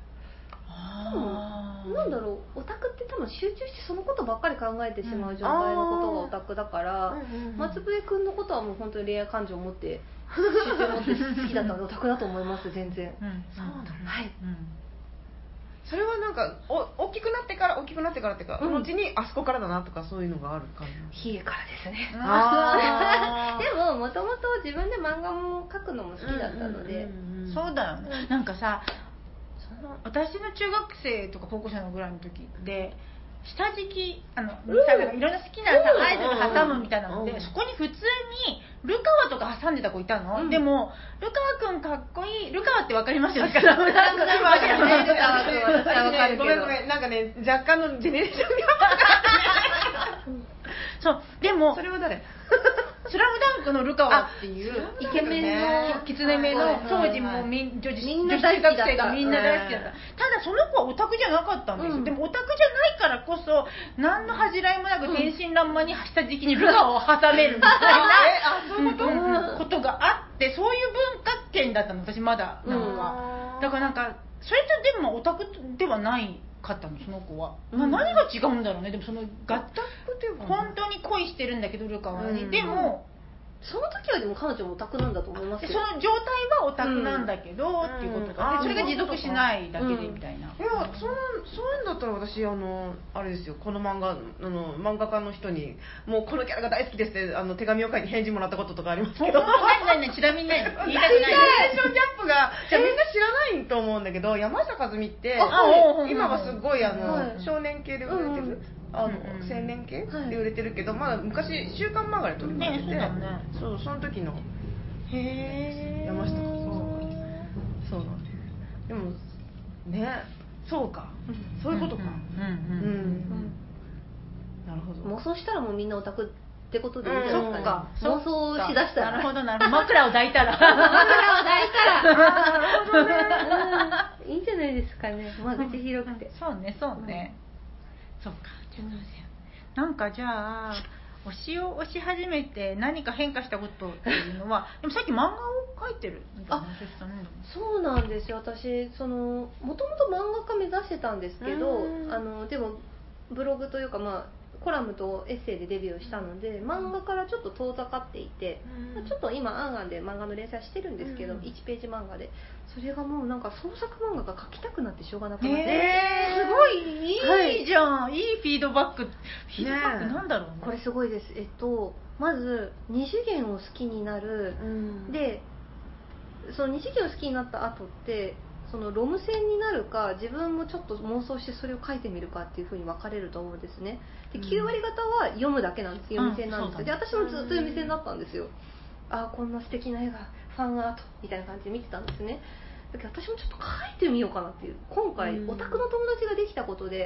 なんだろう、オタクって多分集中してそのことばっかり考えてしまう状態のことがオタクだから、松笛くんのことはもう本当に恋愛感情を持って集中を持って好きだったのでオタクだと思います。全然、 そうなんだ。 はい、 それはなんか大きくなってからっていうか、後にあそこからだなとかそういうのがある感じ？ 冷えからですね。でももともと自分で漫画も描くのも好きだったので、 そうだよね。なんかさ、私の中学生とか高校生のぐらいの時で下敷きいろんな好きなさアイドル挟むみたいなので、そこに普通にルカワとか挟んでた子いたの、でもルカワくんかっこいい、ルカワってわかりますよね。ルカワくんはごめんなんかね、若干のジェネレーションがそうでもそれは誰？ スラムダンクのルカワっていうイケメンのキツネ目の当時も女子中学生がみんな大好きだった。ただその子はオタクじゃなかったんですよ、でもオタクじゃないからこそ何の恥じらいもなく天真爛漫に下敷きにルカワを挟めるみたいなことがあって、そういう文化圏だったの私まだなんか、だからなんかそれとでもオタクではないかったのその子は、何が違うんだろうね。でもその本当に恋してるんだけどルカワに、でもその時はでも彼女もオタクなんだと思いますよ。 その状態はオタクなんだけど、っていうことだね。それが持続しないだけでみたいな。 いや、そういうんだったら私あれですよ、この漫画漫画家の人にもうこのキャラが大好きですって手紙を書いて返事もらったこととかありますけど。 何ちなみに言いたくない。 ジェネレーションギャップがみんな知らないと思うんだけど、山下和美って今はすごい少年系で売れてる。青年系で売れてるけど、まだ昔週刊漫画で取り上げてて、その時の山下和美そうなんです。でもね、そうか、そういうことか。なるほど。 妄想したらもうみんなオタクってことでいいんじゃないですかね。妄想しだしたら。 なるほど枕を抱いたら。 なるほどね。いいんじゃないですかね。間口広くて。 そうね。そうか。なんかじゃあ推しを推し始めて何か変化したことっていうのはでもさっき漫画を描いてるみたいな話したね。 そうなんですよ。私もともと漫画家目指してたんですけど、でもブログというかコラムとエッセイでデビューしたので漫画からちょっと遠ざかっていて、ちょっと今アンアンで漫画の連載してるんですけど、1ページ漫画でそれがもうなんか創作漫画が描きたくなってしょうがなくなって、 すごいいいじゃん、いいフィードバックなんだろうね。 これすごいです。まず二次元を好きになる、でその二次元を好きになった後ってそのロム線になるか自分もちょっと妄想してそれを書いてみるかっていう風に分かれると思うんですね。で9割方は読むだけなんです。読み線なんですよ。で私もずっと読み線だったんですよ。こんな素敵な絵がファンアートみたいな感じで見てたんですね。だけど私もちょっと書いてみようかなっていう、今回オタクの友達ができたことで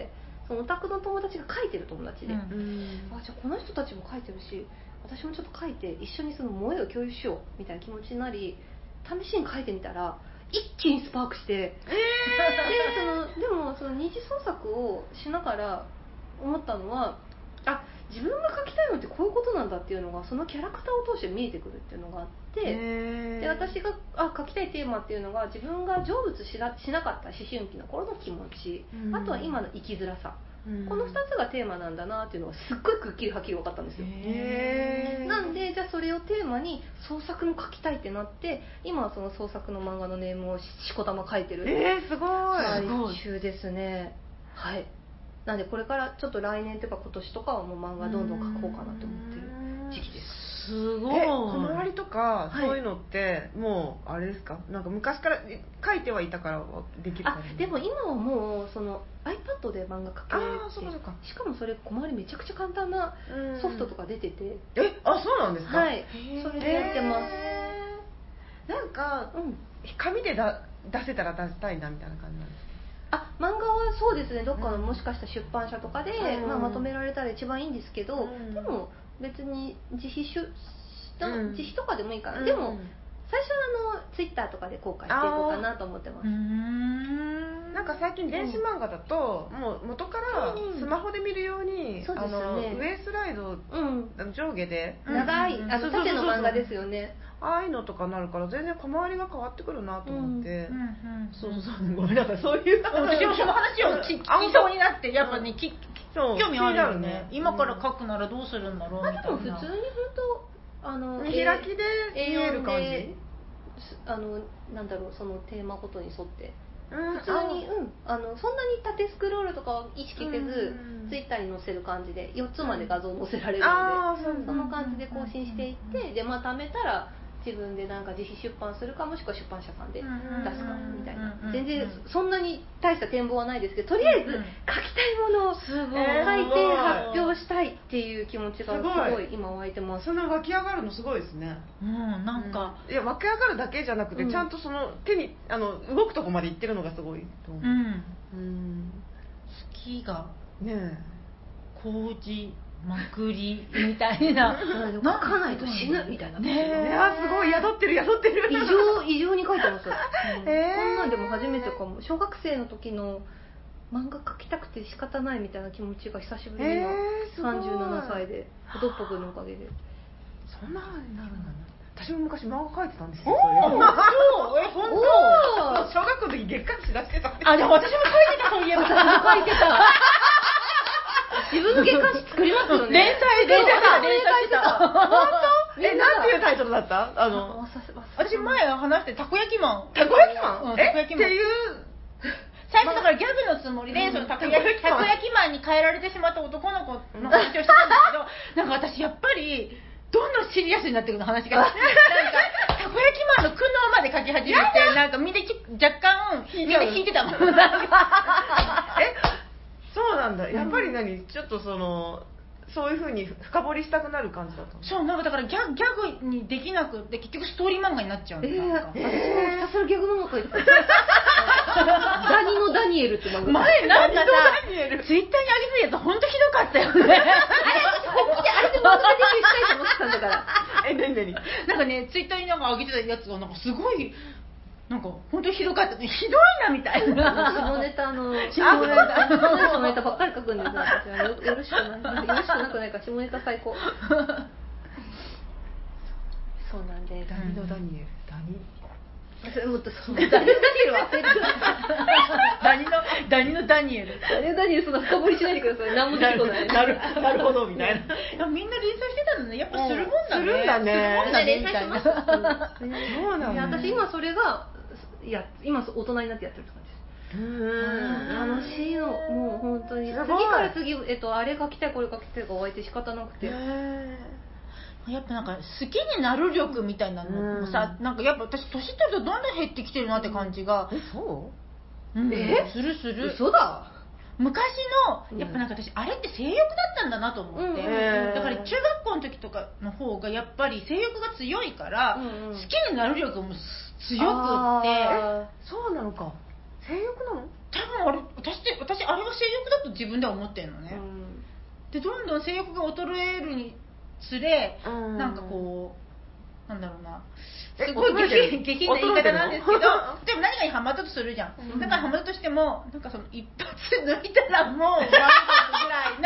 そのオタクの友達が書いてる友達で、 うんあじゃあこの人たちも書いてるし私もちょっと書いて一緒にその萌えを共有しようみたいな気持ちになり試しに書いてみたら一気にスパークして、でもその二次創作をしながら思ったのは自分が書きたいのってこういうことなんだっていうのがそのキャラクターを通して見えてくるっていうのがあって、で私が書きたいテーマっていうのが自分が成仏しなかった思春期の頃の気持ち、あとは今の生きづらさ、この2つがテーマなんだなっていうのがすっごいくっきりはっきり分かったんですよ。なんでじゃあそれをテーマに創作も書きたいってなって今はその創作の漫画のネームをしこたま書いてるすごい最中ですね。はい。なんでこれからちょっと来年とか今年とかはもう漫画どんどん描こうかなと思ってる時期です。 すごい。 小回りとかそういうのってもうあれですか、なんか昔から書いてはいたからできる感じ。 でも今はもうその iPad で漫画描けて、 そうかしかもそれ小回りめちゃくちゃ簡単なソフトとか出てて、 そうなんですか。 はい、それでやってます。 なんか、紙で出せたら出したいなみたいな感じなんですか。 漫画はそうですね、どっかのもしかしたら出版社とかで、まとめられたら一番いいんですけど、でも別に自費とかでもいいかな、でも最初はツイッターとかで公開していこうかなと思ってます。 なんか最近電子漫画だと、もう元からスマホで見るように、 そうですよね、 上スライド、上下で長い縦の漫画ですよね。 ああいうのとかなるから全然小回りが変わってくるなと思って、ごめんなさい、そういう私もその話を聞きそうになって、やっぱね興味あるよね。今から書くならどうするんだろうみたいな。 でも普通に本当見開きで見える感じ、 なんだろう、そのテーマごとに沿って普通に、そんなに縦スクロールとかを意識せず、ツイッターに載せる感じで4つまで画像載せられるので、その感じで更新していって、で貯めたら自分でなんか自費出版するか、もしくは出版社さんで出すかみたいな、全然そんなに大した展望はないですけど、とりあえず書きたいものを書いて発表したいっていう気持ちがすごい今湧いてます。 その湧き上がるのすごいですね。 なんかいや湧き上がるだけじゃなくて、ちゃんとその手に動くとこまで行ってるのがすごいと思う。 月がね麹まくりみたいな書かないと死ぬみたいな、 すごい宿ってる異常に書いてます。こんなんでも初めてかも。小学生の時の漫画描きたくて仕方ないみたいな気持ちが久しぶりに37歳でどっぽくんのおかげで。 そんな風になるんだね。私も昔漫画描いてたんですよ。 本当？ 小学校の時月刊誌出してた。 でも私も描いてた。そういえば書いてた。自分の月刊誌作りますよね。 連載してた。 本当？なんていうタイトルだった？ 私前話してたこ焼きマン。 たこ焼きマン？っていう。 最初だからギャグのつもりで、そのたこ焼きマンに変えられてしまった男の子の話をしてたんだけど、なんか私やっぱりどんどんシリアスになってくるの話が。なんかたこ焼きマンの苦悩まで書き始めて、なんかみんな若干みんな引いてたもん。 そうなんだ。やっぱりちょっとそういう風に深掘りしたくなる感じだったの。 そう、なんかだからギャグにできなくて結局ストーリー漫画になっちゃうんだ。 私もひたすらギャグ漫画書いてた。ダニのダニエルって漫画。 前なんかさ、ツイッターに上げてるやつ本当ひどかったよね。 あれで漫画デビューしたいと思ってたんだから。 何？ なんかね、ツイッターになんか上げてたやつがなんかすごいなんか本当にひどかった。ひどいなみたいな。 下ネタばっかり書くんですよ。私はよろしくなくないか、下ネタ最高。そうなんです。 ダニのダニエル。 それもっとダニのダニエル忘れてダニのダニエル。 そんな深掘りしないでください。何も出てこない。 なるほどみたいな。 みんな連載してたのね。やっぱするもんだね。 するんだね。 みんな連載します。 そうなんだ。 私今それが今大人になってやってるって感じです。楽しいの。もう本当に次から次あれ書きたいこれ書きたいが湧いて仕方なくて。 やっぱなんか好きになる力みたいなのもさ、なんかやっぱ私年取るとどんどん減ってきてるなって感じが。 そう？ する。 嘘だ。 昔のやっぱなんか私あれって性欲だったんだなと思って、だから中学校の時とかの方がやっぱり性欲が強いから、好きになる力も強くって。 そうなのか。性欲なの？ 多分私あれが性欲だと自分では思ってるのね、でどんどん性欲が衰えるにつれ、なんかこうなんだろうな、すごい下品な言い方なんですけど、でも何かにハマったとするじゃん、だからハマったとしてもなんかその一発抜いたらもう満足ぐらいの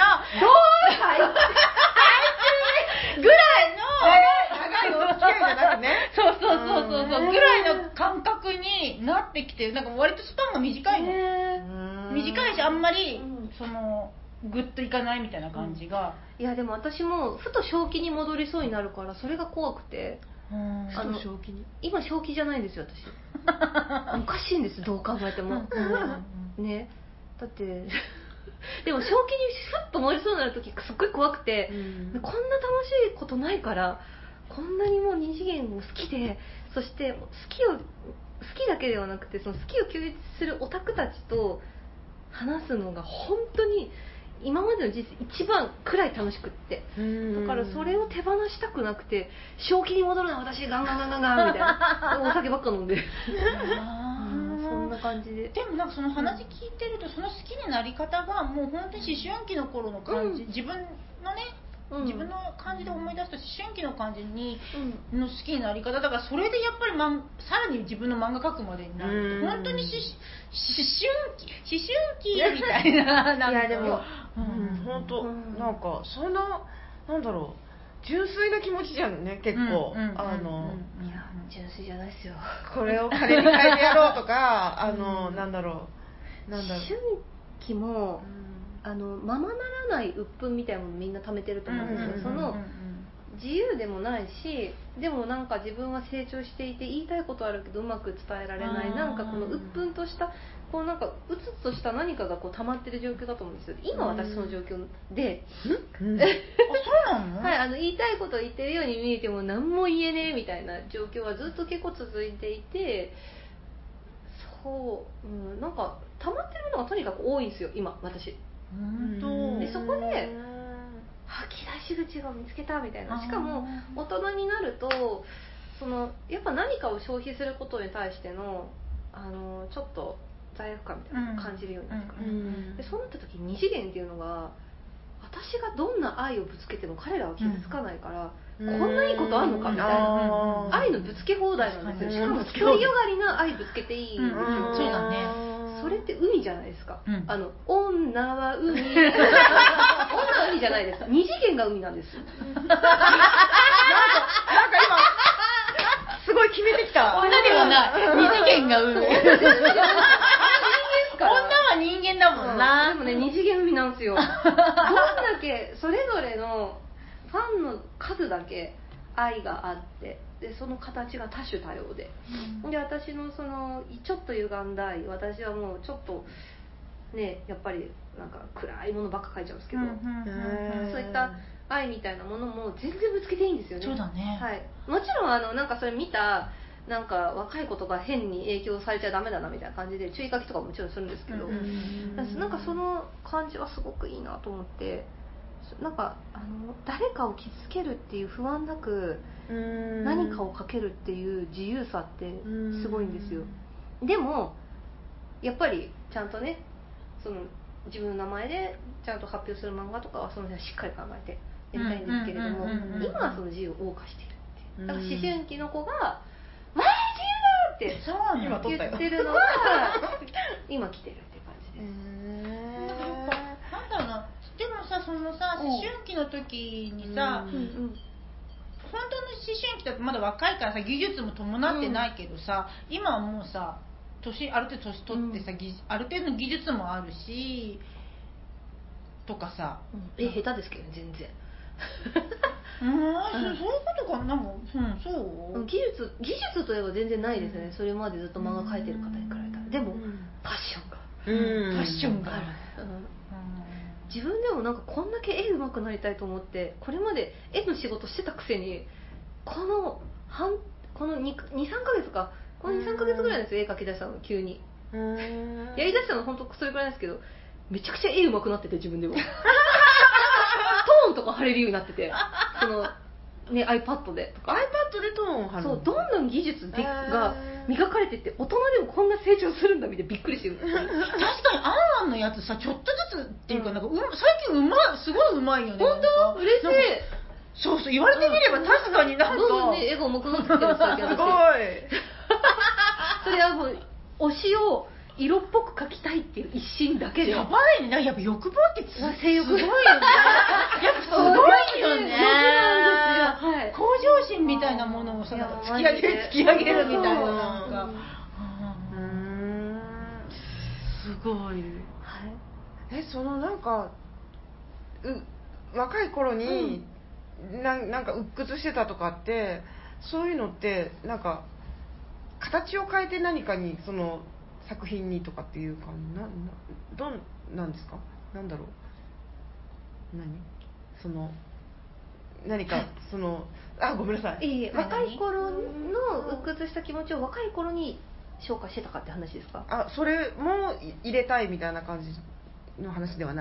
ぐらいの長いお付き合いじゃなくねそうぐらいの感覚になってきて、なんか割とスパンが短いの、短いし、あんまりそのグッといかないみたいな感じが、 いやでも私もふと正気に戻りそうになるからそれが怖くて、今正気じゃないんですよ私おかしいんです、どう考えてもね、だってでも正気にふっと戻りそうになる時すっごい怖くて、こんな楽しいことないから、こんなにもう二次元を好きで、そして好きだけではなくてその好きを共有するオタクたちと話すのが本当に今までの人生一番くらい楽しくって、だからそれを手放したくなくて、正気に戻るのは私ガンガンガンガンガンみたいなお酒ばっか飲んでそんな感じで。 でもなんかその話聞いてると、その好きになり方がもう本当に思春期の頃の感じ、自分のね、自分の感じで思い出すと思春期の感じに、の好きになり方だから、それでやっぱりさらに自分の漫画描くまでになると、本当に思春期みたいな、なんかいやでも本当なんかそんな、なんだろう、純粋な気持ちじゃんね、結構。 いや純粋じゃないですよ、 これを金に変えてやろうとかなんだろう、 思春期もままならない鬱憤みたいなものみんな溜めてると思うんですよ、その自由でもないし、でもなんか自分は成長していて言いたいことあるけどうまく伝えられない、なんかこの鬱憤としたこうなんかうつつとした何かがこう溜まってる状況だと思うんですよ。今私その状況で、 あ、そうなの？ はい、言いたいことを言ってるように見えても何も言えねえみたいな状況はずっと結構続いていて、そう、なんか溜まってるのがとにかく多いんですよ今私。でそこで吐き出し口が見つけたみたいな。しかも大人になるとやっぱ何かを消費することに対してのちょっと罪悪感みたいなのを感じるようになってくる、でそうなった時に二次元っていうのが、私がどんな愛をぶつけても彼らは傷つかないから、こんないいことあんのかみたいな、愛のぶつけ放題なんですよ。しかも独りよがりな愛ぶつけていいんですよ、 そうだね。 それって海じゃないですか、女は海女は海じゃないです、二次元が海なんですよなんか今すごい決めてきた。 女ではない、二次元が海。女は人間だもんな。 でもね、二次元海なんですよ。どんだけそれぞれのファンの数だけ愛があって、でその形が多種多様で、で私のそのちょっと歪んだ愛、私はもうちょっとね、やっぱりなんか暗いものばっか描いちゃうんですけど、そういった愛みたいなものも全然ぶつけていいんですよね。 そうだね。 はい。もちろんなんかそれ見たなんか若い子とか変に影響されちゃダメだなみたいな感じで注意書きとかももちろんするんですけど、なんかその感じはすごくいいなと思って、なんか誰かを傷つけるっていう不安なく何かをかけるっていう自由さってすごいんですよ。でもやっぱりちゃんとね、その自分の名前でちゃんと発表する漫画とかはその辺しっかり考えてやりたいんですけれども、今はその自由を謳歌しているっていう、だから思春期の子が「わー自由だ!」って言ってるのが今来てるっていう感じです。 なんだろうな、でもさ、そのさ、思春期の時にさ、本当の思春期だとまだ若いからさ、技術も伴ってないけどさ、今はもうさ、ある程度年取ってさ、ある程度の技術もあるしとかさ、 下手ですけど全然そういうことかな、もう、そう技術といえば全然ないですね、それまでずっと漫画描いてる方に比べたら。でもパッションがある、自分でもなんかこんだけ絵上手くなりたいと思ってこれまで絵の仕事してたくせに、この23ヶ月か、この23ヶ月ぐらいですよ、絵描き出したの急にやりだしたの本当それぐらいですけど、めちゃくちゃ絵上手くなってて、自分でもトーンとか貼れるようになってて、そのね iPad でとか iPad ットでトーンを張る。 そう、どんどん技術が磨かれてって、大人でもこんな成長するんだみたいなびっくりしてる。 確かにあんあんのやつさ、ちょっとずつっていうか、なんか最近すごいうまいよね。 本当？嬉しい。 そうそう、言われてみれば確かになんか、 どんどんね、絵が重くなってきてるんですよ。 すごい。 それはもう推しを色っぽく描きたいっていう一心だけで。 やばいね。やっぱ欲望って性欲すごいよね。やっぱすごいよね。 欲なんですよ。はい。 向上心みたいなものをさ、突き上げるみたいな、なんか。すごい。はい。 そのなんか若い頃に、なんか鬱屈してたとかって、そういうのってなんか形を変えて何かにその作品にとかっていうか、なんですか、なんだろう、その何かそのごめんなさい。 若い頃の鬱屈した気持ちを若い頃に消化してたかって話ですか？ それも入れたいみたいな感じの話ではない。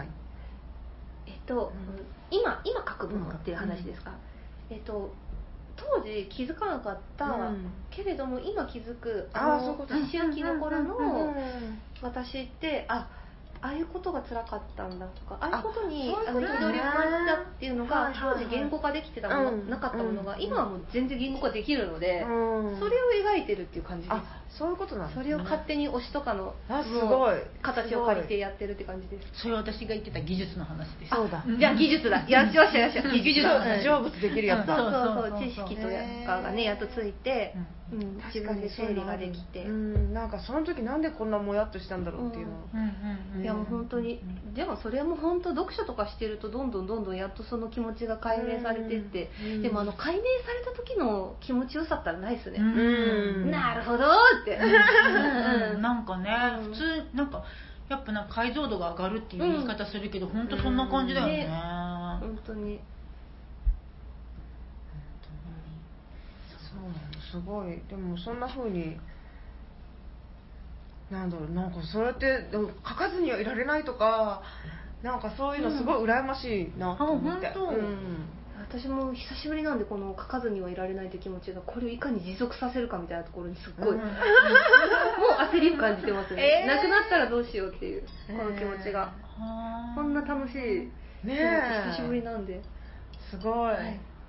今書くものっていう話ですか？当時気づかなかった、けれども今気づく思春期の頃の私って、ああいうことが辛かったんだとか、ああいうことに憤りを感じたっていうのが当時言語化できてたもの、なかったものが今はもう全然言語化できるので、それを描いてるっていう感じです。 そういうことなんですね。 それを勝手に推しとかのすごい形を借りてやってるって感じです。 それは私が言ってた技術の話です。 そうだ。 じゃあ技術だ。やっちゃいました。 技術の話。 成仏できるやつだ。 そう知識とかがねやっとついて、自分で整理ができて、 なんかその時なんでこんなもやっとしたんだろうっていうの。 いやもう本当に、でもそれも本当読書とかしてるとどんどんやっとその気持ちが解明されてって、でも解明された時の気持ちよさったらないですね。なるほどって。 なんかね、普通なんかやっぱなんか解像度が上がるっていう言い方するけど、本当そんな感じだよね。 本当に。 そうなの、すごい。でもそんな風になんだろう、なんかそうやって書かずにはいられないとか、なんかそういうのすごい羨ましいなと思って。 私も久しぶりなんで、この書かずにはいられないという気持ちが、これをいかに持続させるかみたいなところにすっごい、もう焦りを感じてますね。なくなったらどうしようっていうこの気持ちが、こんな楽しい久しぶりなんで、 すごい、なんだ、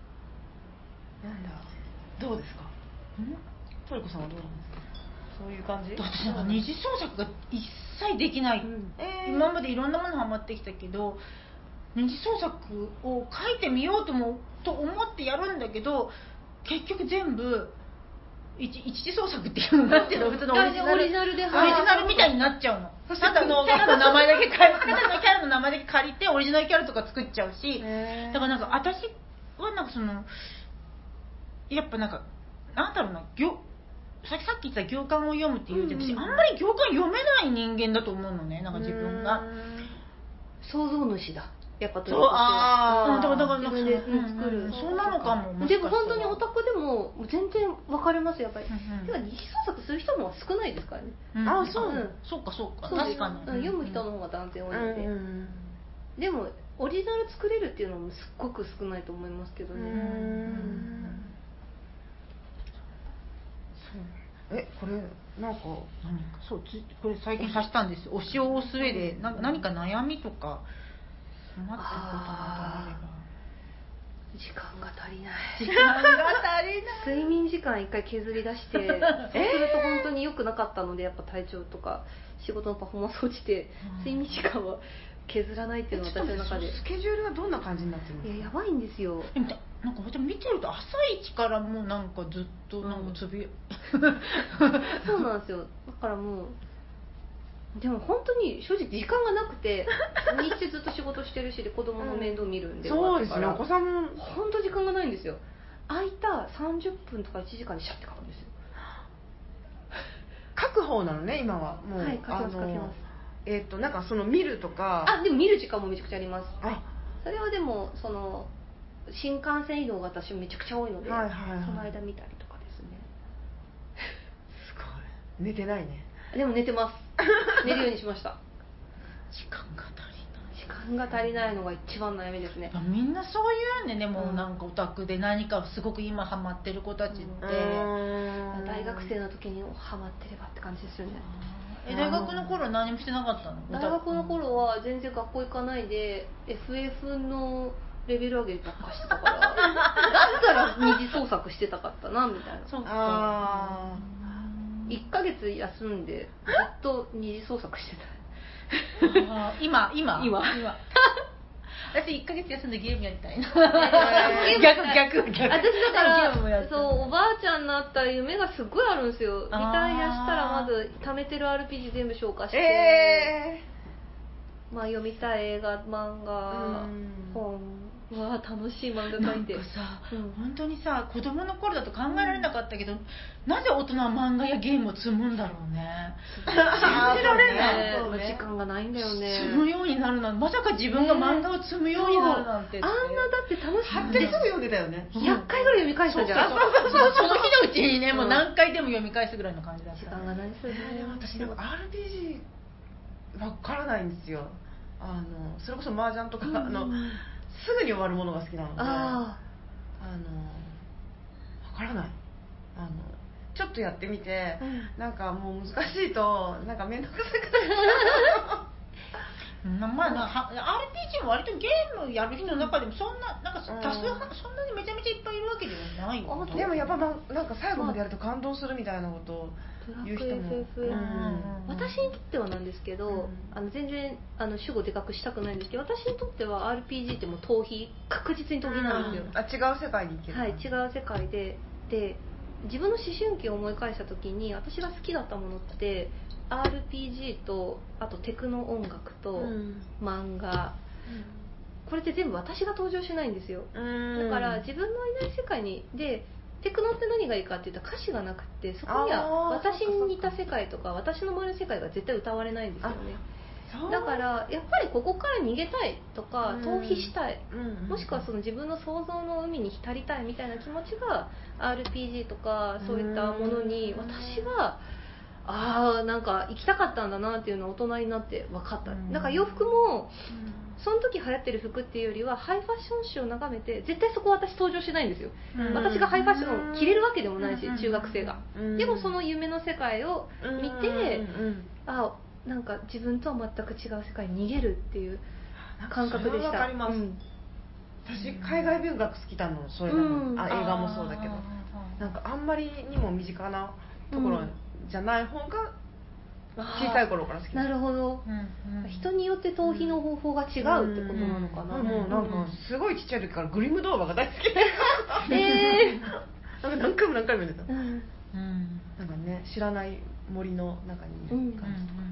どうですか、トリコさんはどうなんですか、そういう感じ？ 私なんか二次創作が一切できない、今までいろんなものハマってきたけど、二次創作を書いてみようと思ってやるんだけど、結局全部一次創作っていうのなんていうの、普通のオリジナルみたいになっちゃうの。ただのキャラの名前だけ借りてオリジナルキャラとか作っちゃうし、だからなんか私はなんかそのやっぱなんかなんだろうな、さっき言った行間を読むっていうけど、私あんまり行間読めない人間だと思うのね、なんか自分が。 創造主だ。やっぱというだから自分で作る。 そうなのかも。 でも本当にオタクでも全然分かれますやっぱり。てか二次創作する人の方が少ないですからね。 そうか確かに。 読む人の方が断然多いので。でもオリジナル作れるっていうのもすっごく少ないと思いますけどね。 これなんかそうこれ最近足したんです。推しを推す上で何か悩みとか困ったことなどあれば。 時間が足りない。睡眠時間一回削り出して、そうすると本当に良くなかったので、やっぱ体調とか仕事のパフォーマンス落ちて、睡眠時間は削らないっていうのが私の中で。 スケジュールはどんな感じになってるんですか？ やばいんですよ。 なんか見てると朝一からもうなんかずっとなんかそうなんですよ。だからもうでも本当に正直時間がなくて、日中ずっと仕事してるし、子供の面倒見るんで、 そうですね、お子さんも本当時間がないんですよ。空いた30分とか1時間でシャッて書くんですよ。 書く方なのね今はもう。 はい、書きます。 なんかその見るとか。 でも見る時間もめちゃくちゃあります。それはでもその新幹線移動が私めちゃくちゃ多いので、その間見たりとかですね。 すごい。寝てないね。 でも寝てます。寝るようにしました。 時間が足りない。時間が足りないのが一番悩みですね。 みんなそう言うんでね、もうなんかオタクで何かすごく今ハマってる子たちって、 大学生の時にハマってればって感じですよね。 大学の頃何もしてなかったの？ 大学の頃は全然学校行かないで FF のレベル上げばっかしてたからだったら二次創作してたかったなみたいな。 そうか。 1ヶ月休んでずっと二次創作してた。 今私1ヶ月休んでゲームやりたいな。逆私だからそうおばあちゃんになった夢がすごいあるんですよ。リタイアしたらまず貯めてる RPG 全部消化して、まあ読みたい映画漫画本わあ楽しい漫画描いてなんかさ、本当にさ子供の頃だと考えられなかったけど、なぜ大人は漫画やゲームを積むんだろうね。信じられない。 時間がないんだよね。 積むようになるなんて、まさか自分が漫画を積むようになるなんて。 あんなだって楽しい。すぐ読んでたよね。 100回ぐらい読み返したじゃん。 その日のうちにね、もう何回でも読み返すぐらいの感じだった。 時間がないですよね。 私なんか RPG わからないんですよ。それこそ麻雀とかすぐに終わるものが好きなので、わからない。ちょっとやってみて、なんかもう難しいとなんか面倒くさくなる。 まあ、RPG も割とゲームやる人の中でもそんな、なんか多数派、そんなにめちゃめちゃいっぱいいるわけではないよ。 でもやっぱなんか最後までやると感動するみたいなことを言う人も。 私にとってはなんですけど、全然主語でかくしたくないんですけど、私にとっては RPG ってもう逃避、確実に逃避なんですよ。 違う世界に行ける。 はい、違う世界で自分の思春期を思い返した時に私が好きだったものって RPG とあとテクノ音楽と漫画、これって全部私が登場しないんですよ。だから自分のいない世界にでテクノって何がいいかって言ったら歌詞がなくて、そこには私に似た世界とか私の周りの世界が絶対歌われないんですよね。だからやっぱりここから逃げたいとか逃避したい、もしくはその自分の想像の海に浸りたいみたいな気持ちが RPG とかそういったものに私はなんか行きたかったんだなっていうのは大人になって分かった。だから洋服もその時流行ってる服っていうよりはハイファッション誌を眺めて、絶対そこ私登場しないんですよ。私がハイファッションを着れるわけでもないし、中学生が。でもその夢の世界を見て、なんか自分とは全く違う世界に逃げるっていう感覚でした。 わかります。私海外文学好きなの、そういうの、映画もそうだけど、なんかあんまりにも身近なところじゃない方が小さい頃から好き。 なるほど、人によって逃避の方法が違うってことなのかな。 もうなんかすごいちっちゃい時からグリム童話が大好きでなんか何回も読んでた。なんかね、知らない森の中に感じとか。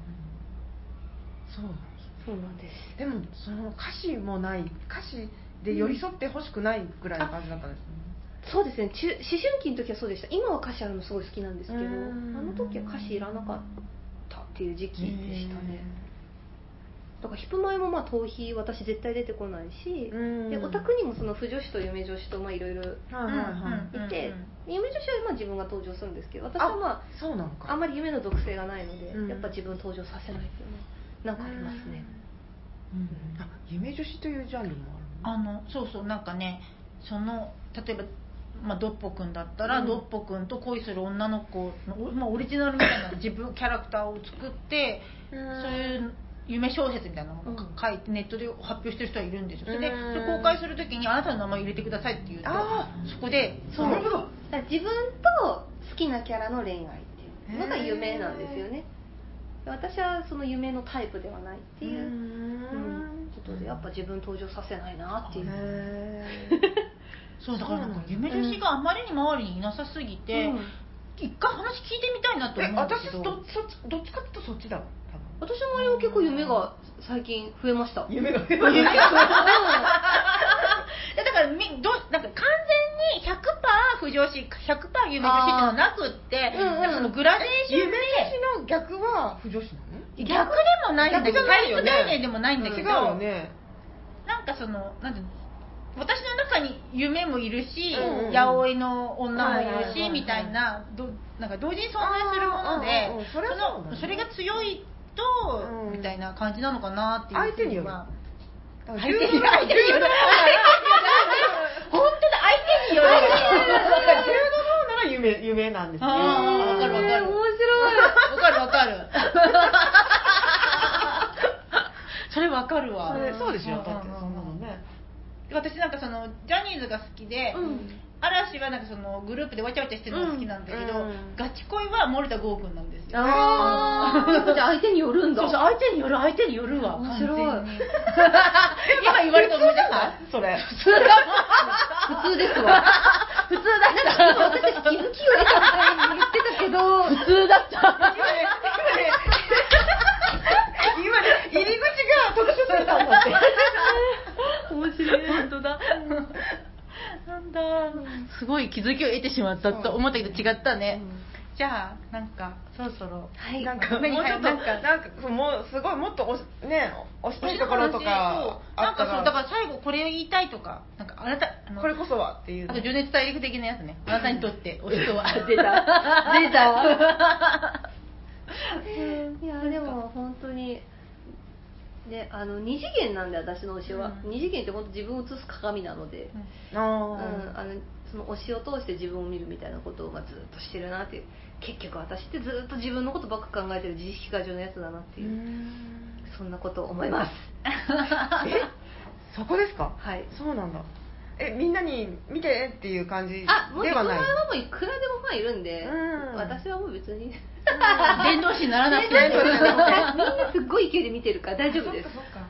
そうなんです。 でもその歌詞もない、歌詞で寄り添ってほしくないぐらいの感じだったんですね。 そうですね、思春期の時はそうでした。今は歌詞あるのすごい好きなんですけど、あの時は歌詞いらなかったっていう時期でしたね。だからヒップマイもまあ逃避私絶対出てこないし、でオタクにもその腐女子と夢女子といろいろいて、夢女子はまあ自分が登場するんですけど、私はまああんまり夢の属性がないので、やっぱ自分登場させないっていうのなんかありますね。 夢女子というジャンルもある。 そうなんかね、例えばドッポくんだったら、ドッポくんと恋する女の子の、オリジナルみたいな自分キャラクターを作ってそういう夢小説みたいなものを書いてネットで発表してる人はいるんですよ。それで公開するときにあなたの名前入れてくださいって言うと、そこでなるほど、自分と好きなキャラの恋愛っていうのが夢なんですよね。私はその夢のタイプではないっていうことで、やっぱ自分登場させないなっていう。 そうだからなんか夢女子があまりに周りにいなさすぎて、一回話聞いてみたいなと思うんですけど。 私どっちかっていうとそっちだ。 私の周りは結構夢が最近増えました。 夢が増えました。 だからなんか完全に 100% 不女子 100% 夢女子っていうのはなくって、そのグラデーションで夢女子の逆は不女子なの？ 逆でもないんだけど、対立概念でもないんだけど、 違うよね。 なんかなんて私の中に夢もいるし、八百屋の女もいるしみたいな、なんか同時に存在するもので、それが強いと、みたいな感じなのかなっていう。 相手による。 相手による。本当だ、相手による。 柔道の方なら夢なんですよ。 わかるわかる。 面白い。 わかる。それわかるわ。 そうでしょ、だってそんなのね。 私なんかそのジャニーズが好きで、嵐はなんかそのグループでわちゃわちゃしてるのが好きなんだけど、ガチ恋は森田剛君なんですよ。 じゃあ相手によるんだ。 そう相手によるわ。 面白い。 今言われて思い出した。 それ。 普通ですわ。 普通だった。 今私たち気づきを得たみたいに言ってたけど、 普通だった。 今ね、入り口が特殊すぎたんだって。 面白い。本当だ。なんだ、すごい気づきを得てしまったと思ったけど違ったね。じゃあなんかそろそろなんかもうちょっとなんかもうすごいもっと押したいところとかなんかそうだから最後これを言いたいとかなんかあなたこれこそはっていう。 あと情熱大陸的なやつね。あなたにとって推しとは出た。いやでも本当に。で二次元なんで私の推しは、二次元って本当自分を映す鏡なので、その推しを通して自分を見るみたいなことをずっとしてるなっていう。結局私ってずっと自分のことばっか考えてる自意識過剰なやつだなっていう、そんなことを思います。 そこですか？ はい。 そうなんだ。みんなに見てっていう感じでもうはない。 そのはもういくらでもファンいるんで、私はもう別に伝道師にならなくてみんなすっごい勢いで見てるから大丈夫です。 そっか。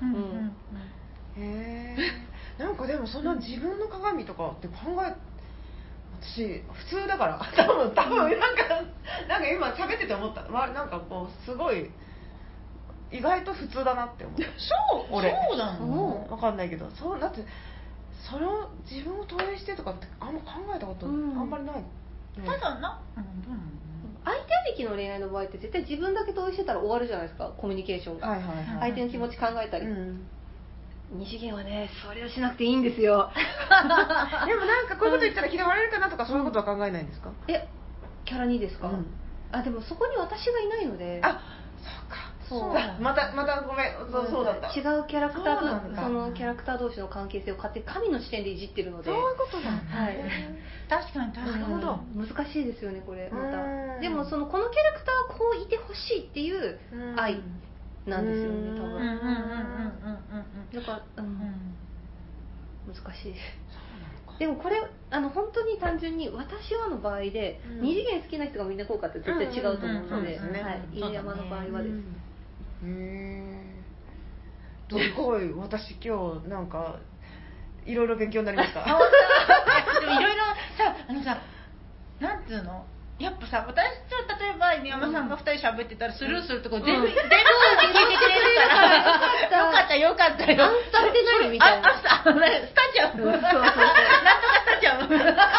なんかでもそんな自分の鏡とかって私普通だから多分なんか今喋ってて思った。なんかこうすごい意外と普通だなって思う。 そうなの？ わかんないけど、だってその自分を投影してとかってあんま考えたことあんまりない。 ただな。 相手ありきの恋愛の場合って絶対自分だけ投影してたら終わるじゃないですか、コミュニケーションが。相手の気持ち考えたり。二次元はね、それをしなくていいんですよ。 でもなんかこういうこと言ったら嫌われるかなとかそういうことは考えないんですか？ キャラにですか？でもそこに私がいないので。 そうか。またごめん。そうだった。 違うキャラクターとそのキャラクター同士の関係性を神の視点でいじってるので。 そういうことなんだ。 確かに難しいですよねこれまた。でもこのキャラクターはこういてほしいっていう愛なんですよね多分。だから難しいです。でもこれ本当に単純に私はの場合で二次元好きな人がみんなこうかって絶対違うと思うので、犬山の場合はです。 すごい私今日なんかいろいろ勉強になりました。 でもいろいろさなんつうのやっぱさ、私と例えば犬山さんが2人喋ってたらスルーするとこ全部聞いてくれるからよかったよ。 アンスタって何みたいな。 スタジアム。なんとかスタジアム。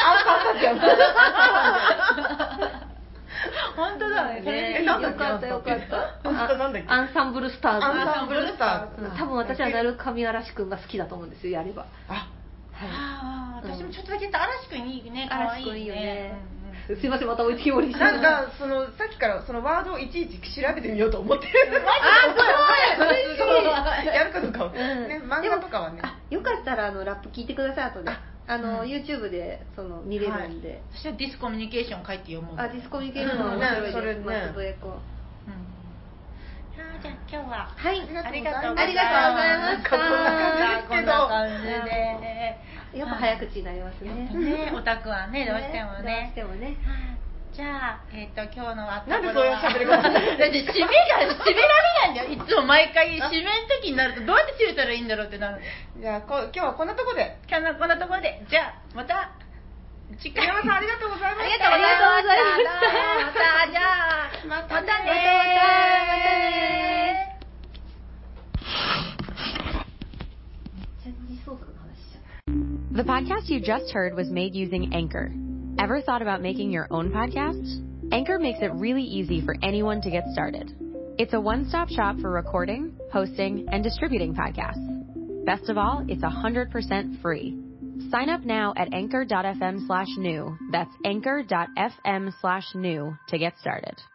本当だね。 よかったよかった。アンサンブルスターズ。多分私は鳴上嵐くんが好きだと思うんですよ、やれば。 私もちょっとだけ嵐くんいいね。 嵐くんいいよね。すいません、また置いてきぼりして。 なんかさっきからそのワードをいちいち調べてみようと思ってる。やるかどうか漫画とかはね。 よかったらラップ聞いてください後で。YouTube で見れるんで。 私はディスコミュニケーション書いて読もう。 ディスコミュニケーションは面白いです。 それね。 じゃあ今日ははい、 ありがとうございました。 ありがとうございました。 こんな感じで。 やっぱ早口になりますね。 オタクはね、どうしてもね。 どうしてもね。 じゃあ、今日のあったなんでそういう喋り方？ だって締められないんだよ。いつも毎回締めの時になるとどうやって締めたらいいんだろうってなる。 じゃあ今日はこんなとこで。 こんなとこで。じゃあまた次回。 山さんありがとうございました。 ありがとうございました。 またじゃあまたね。 The podcast you just heard was made using Anchor. Ever thought about making your own podcast? Anchor makes it really easy for anyone to get started. It's a one-stop shop for recording, hosting, and distributing podcasts. Best of all, it's 100% free. Sign up now at anchor.fm/new. That's anchor.fm/new to get started.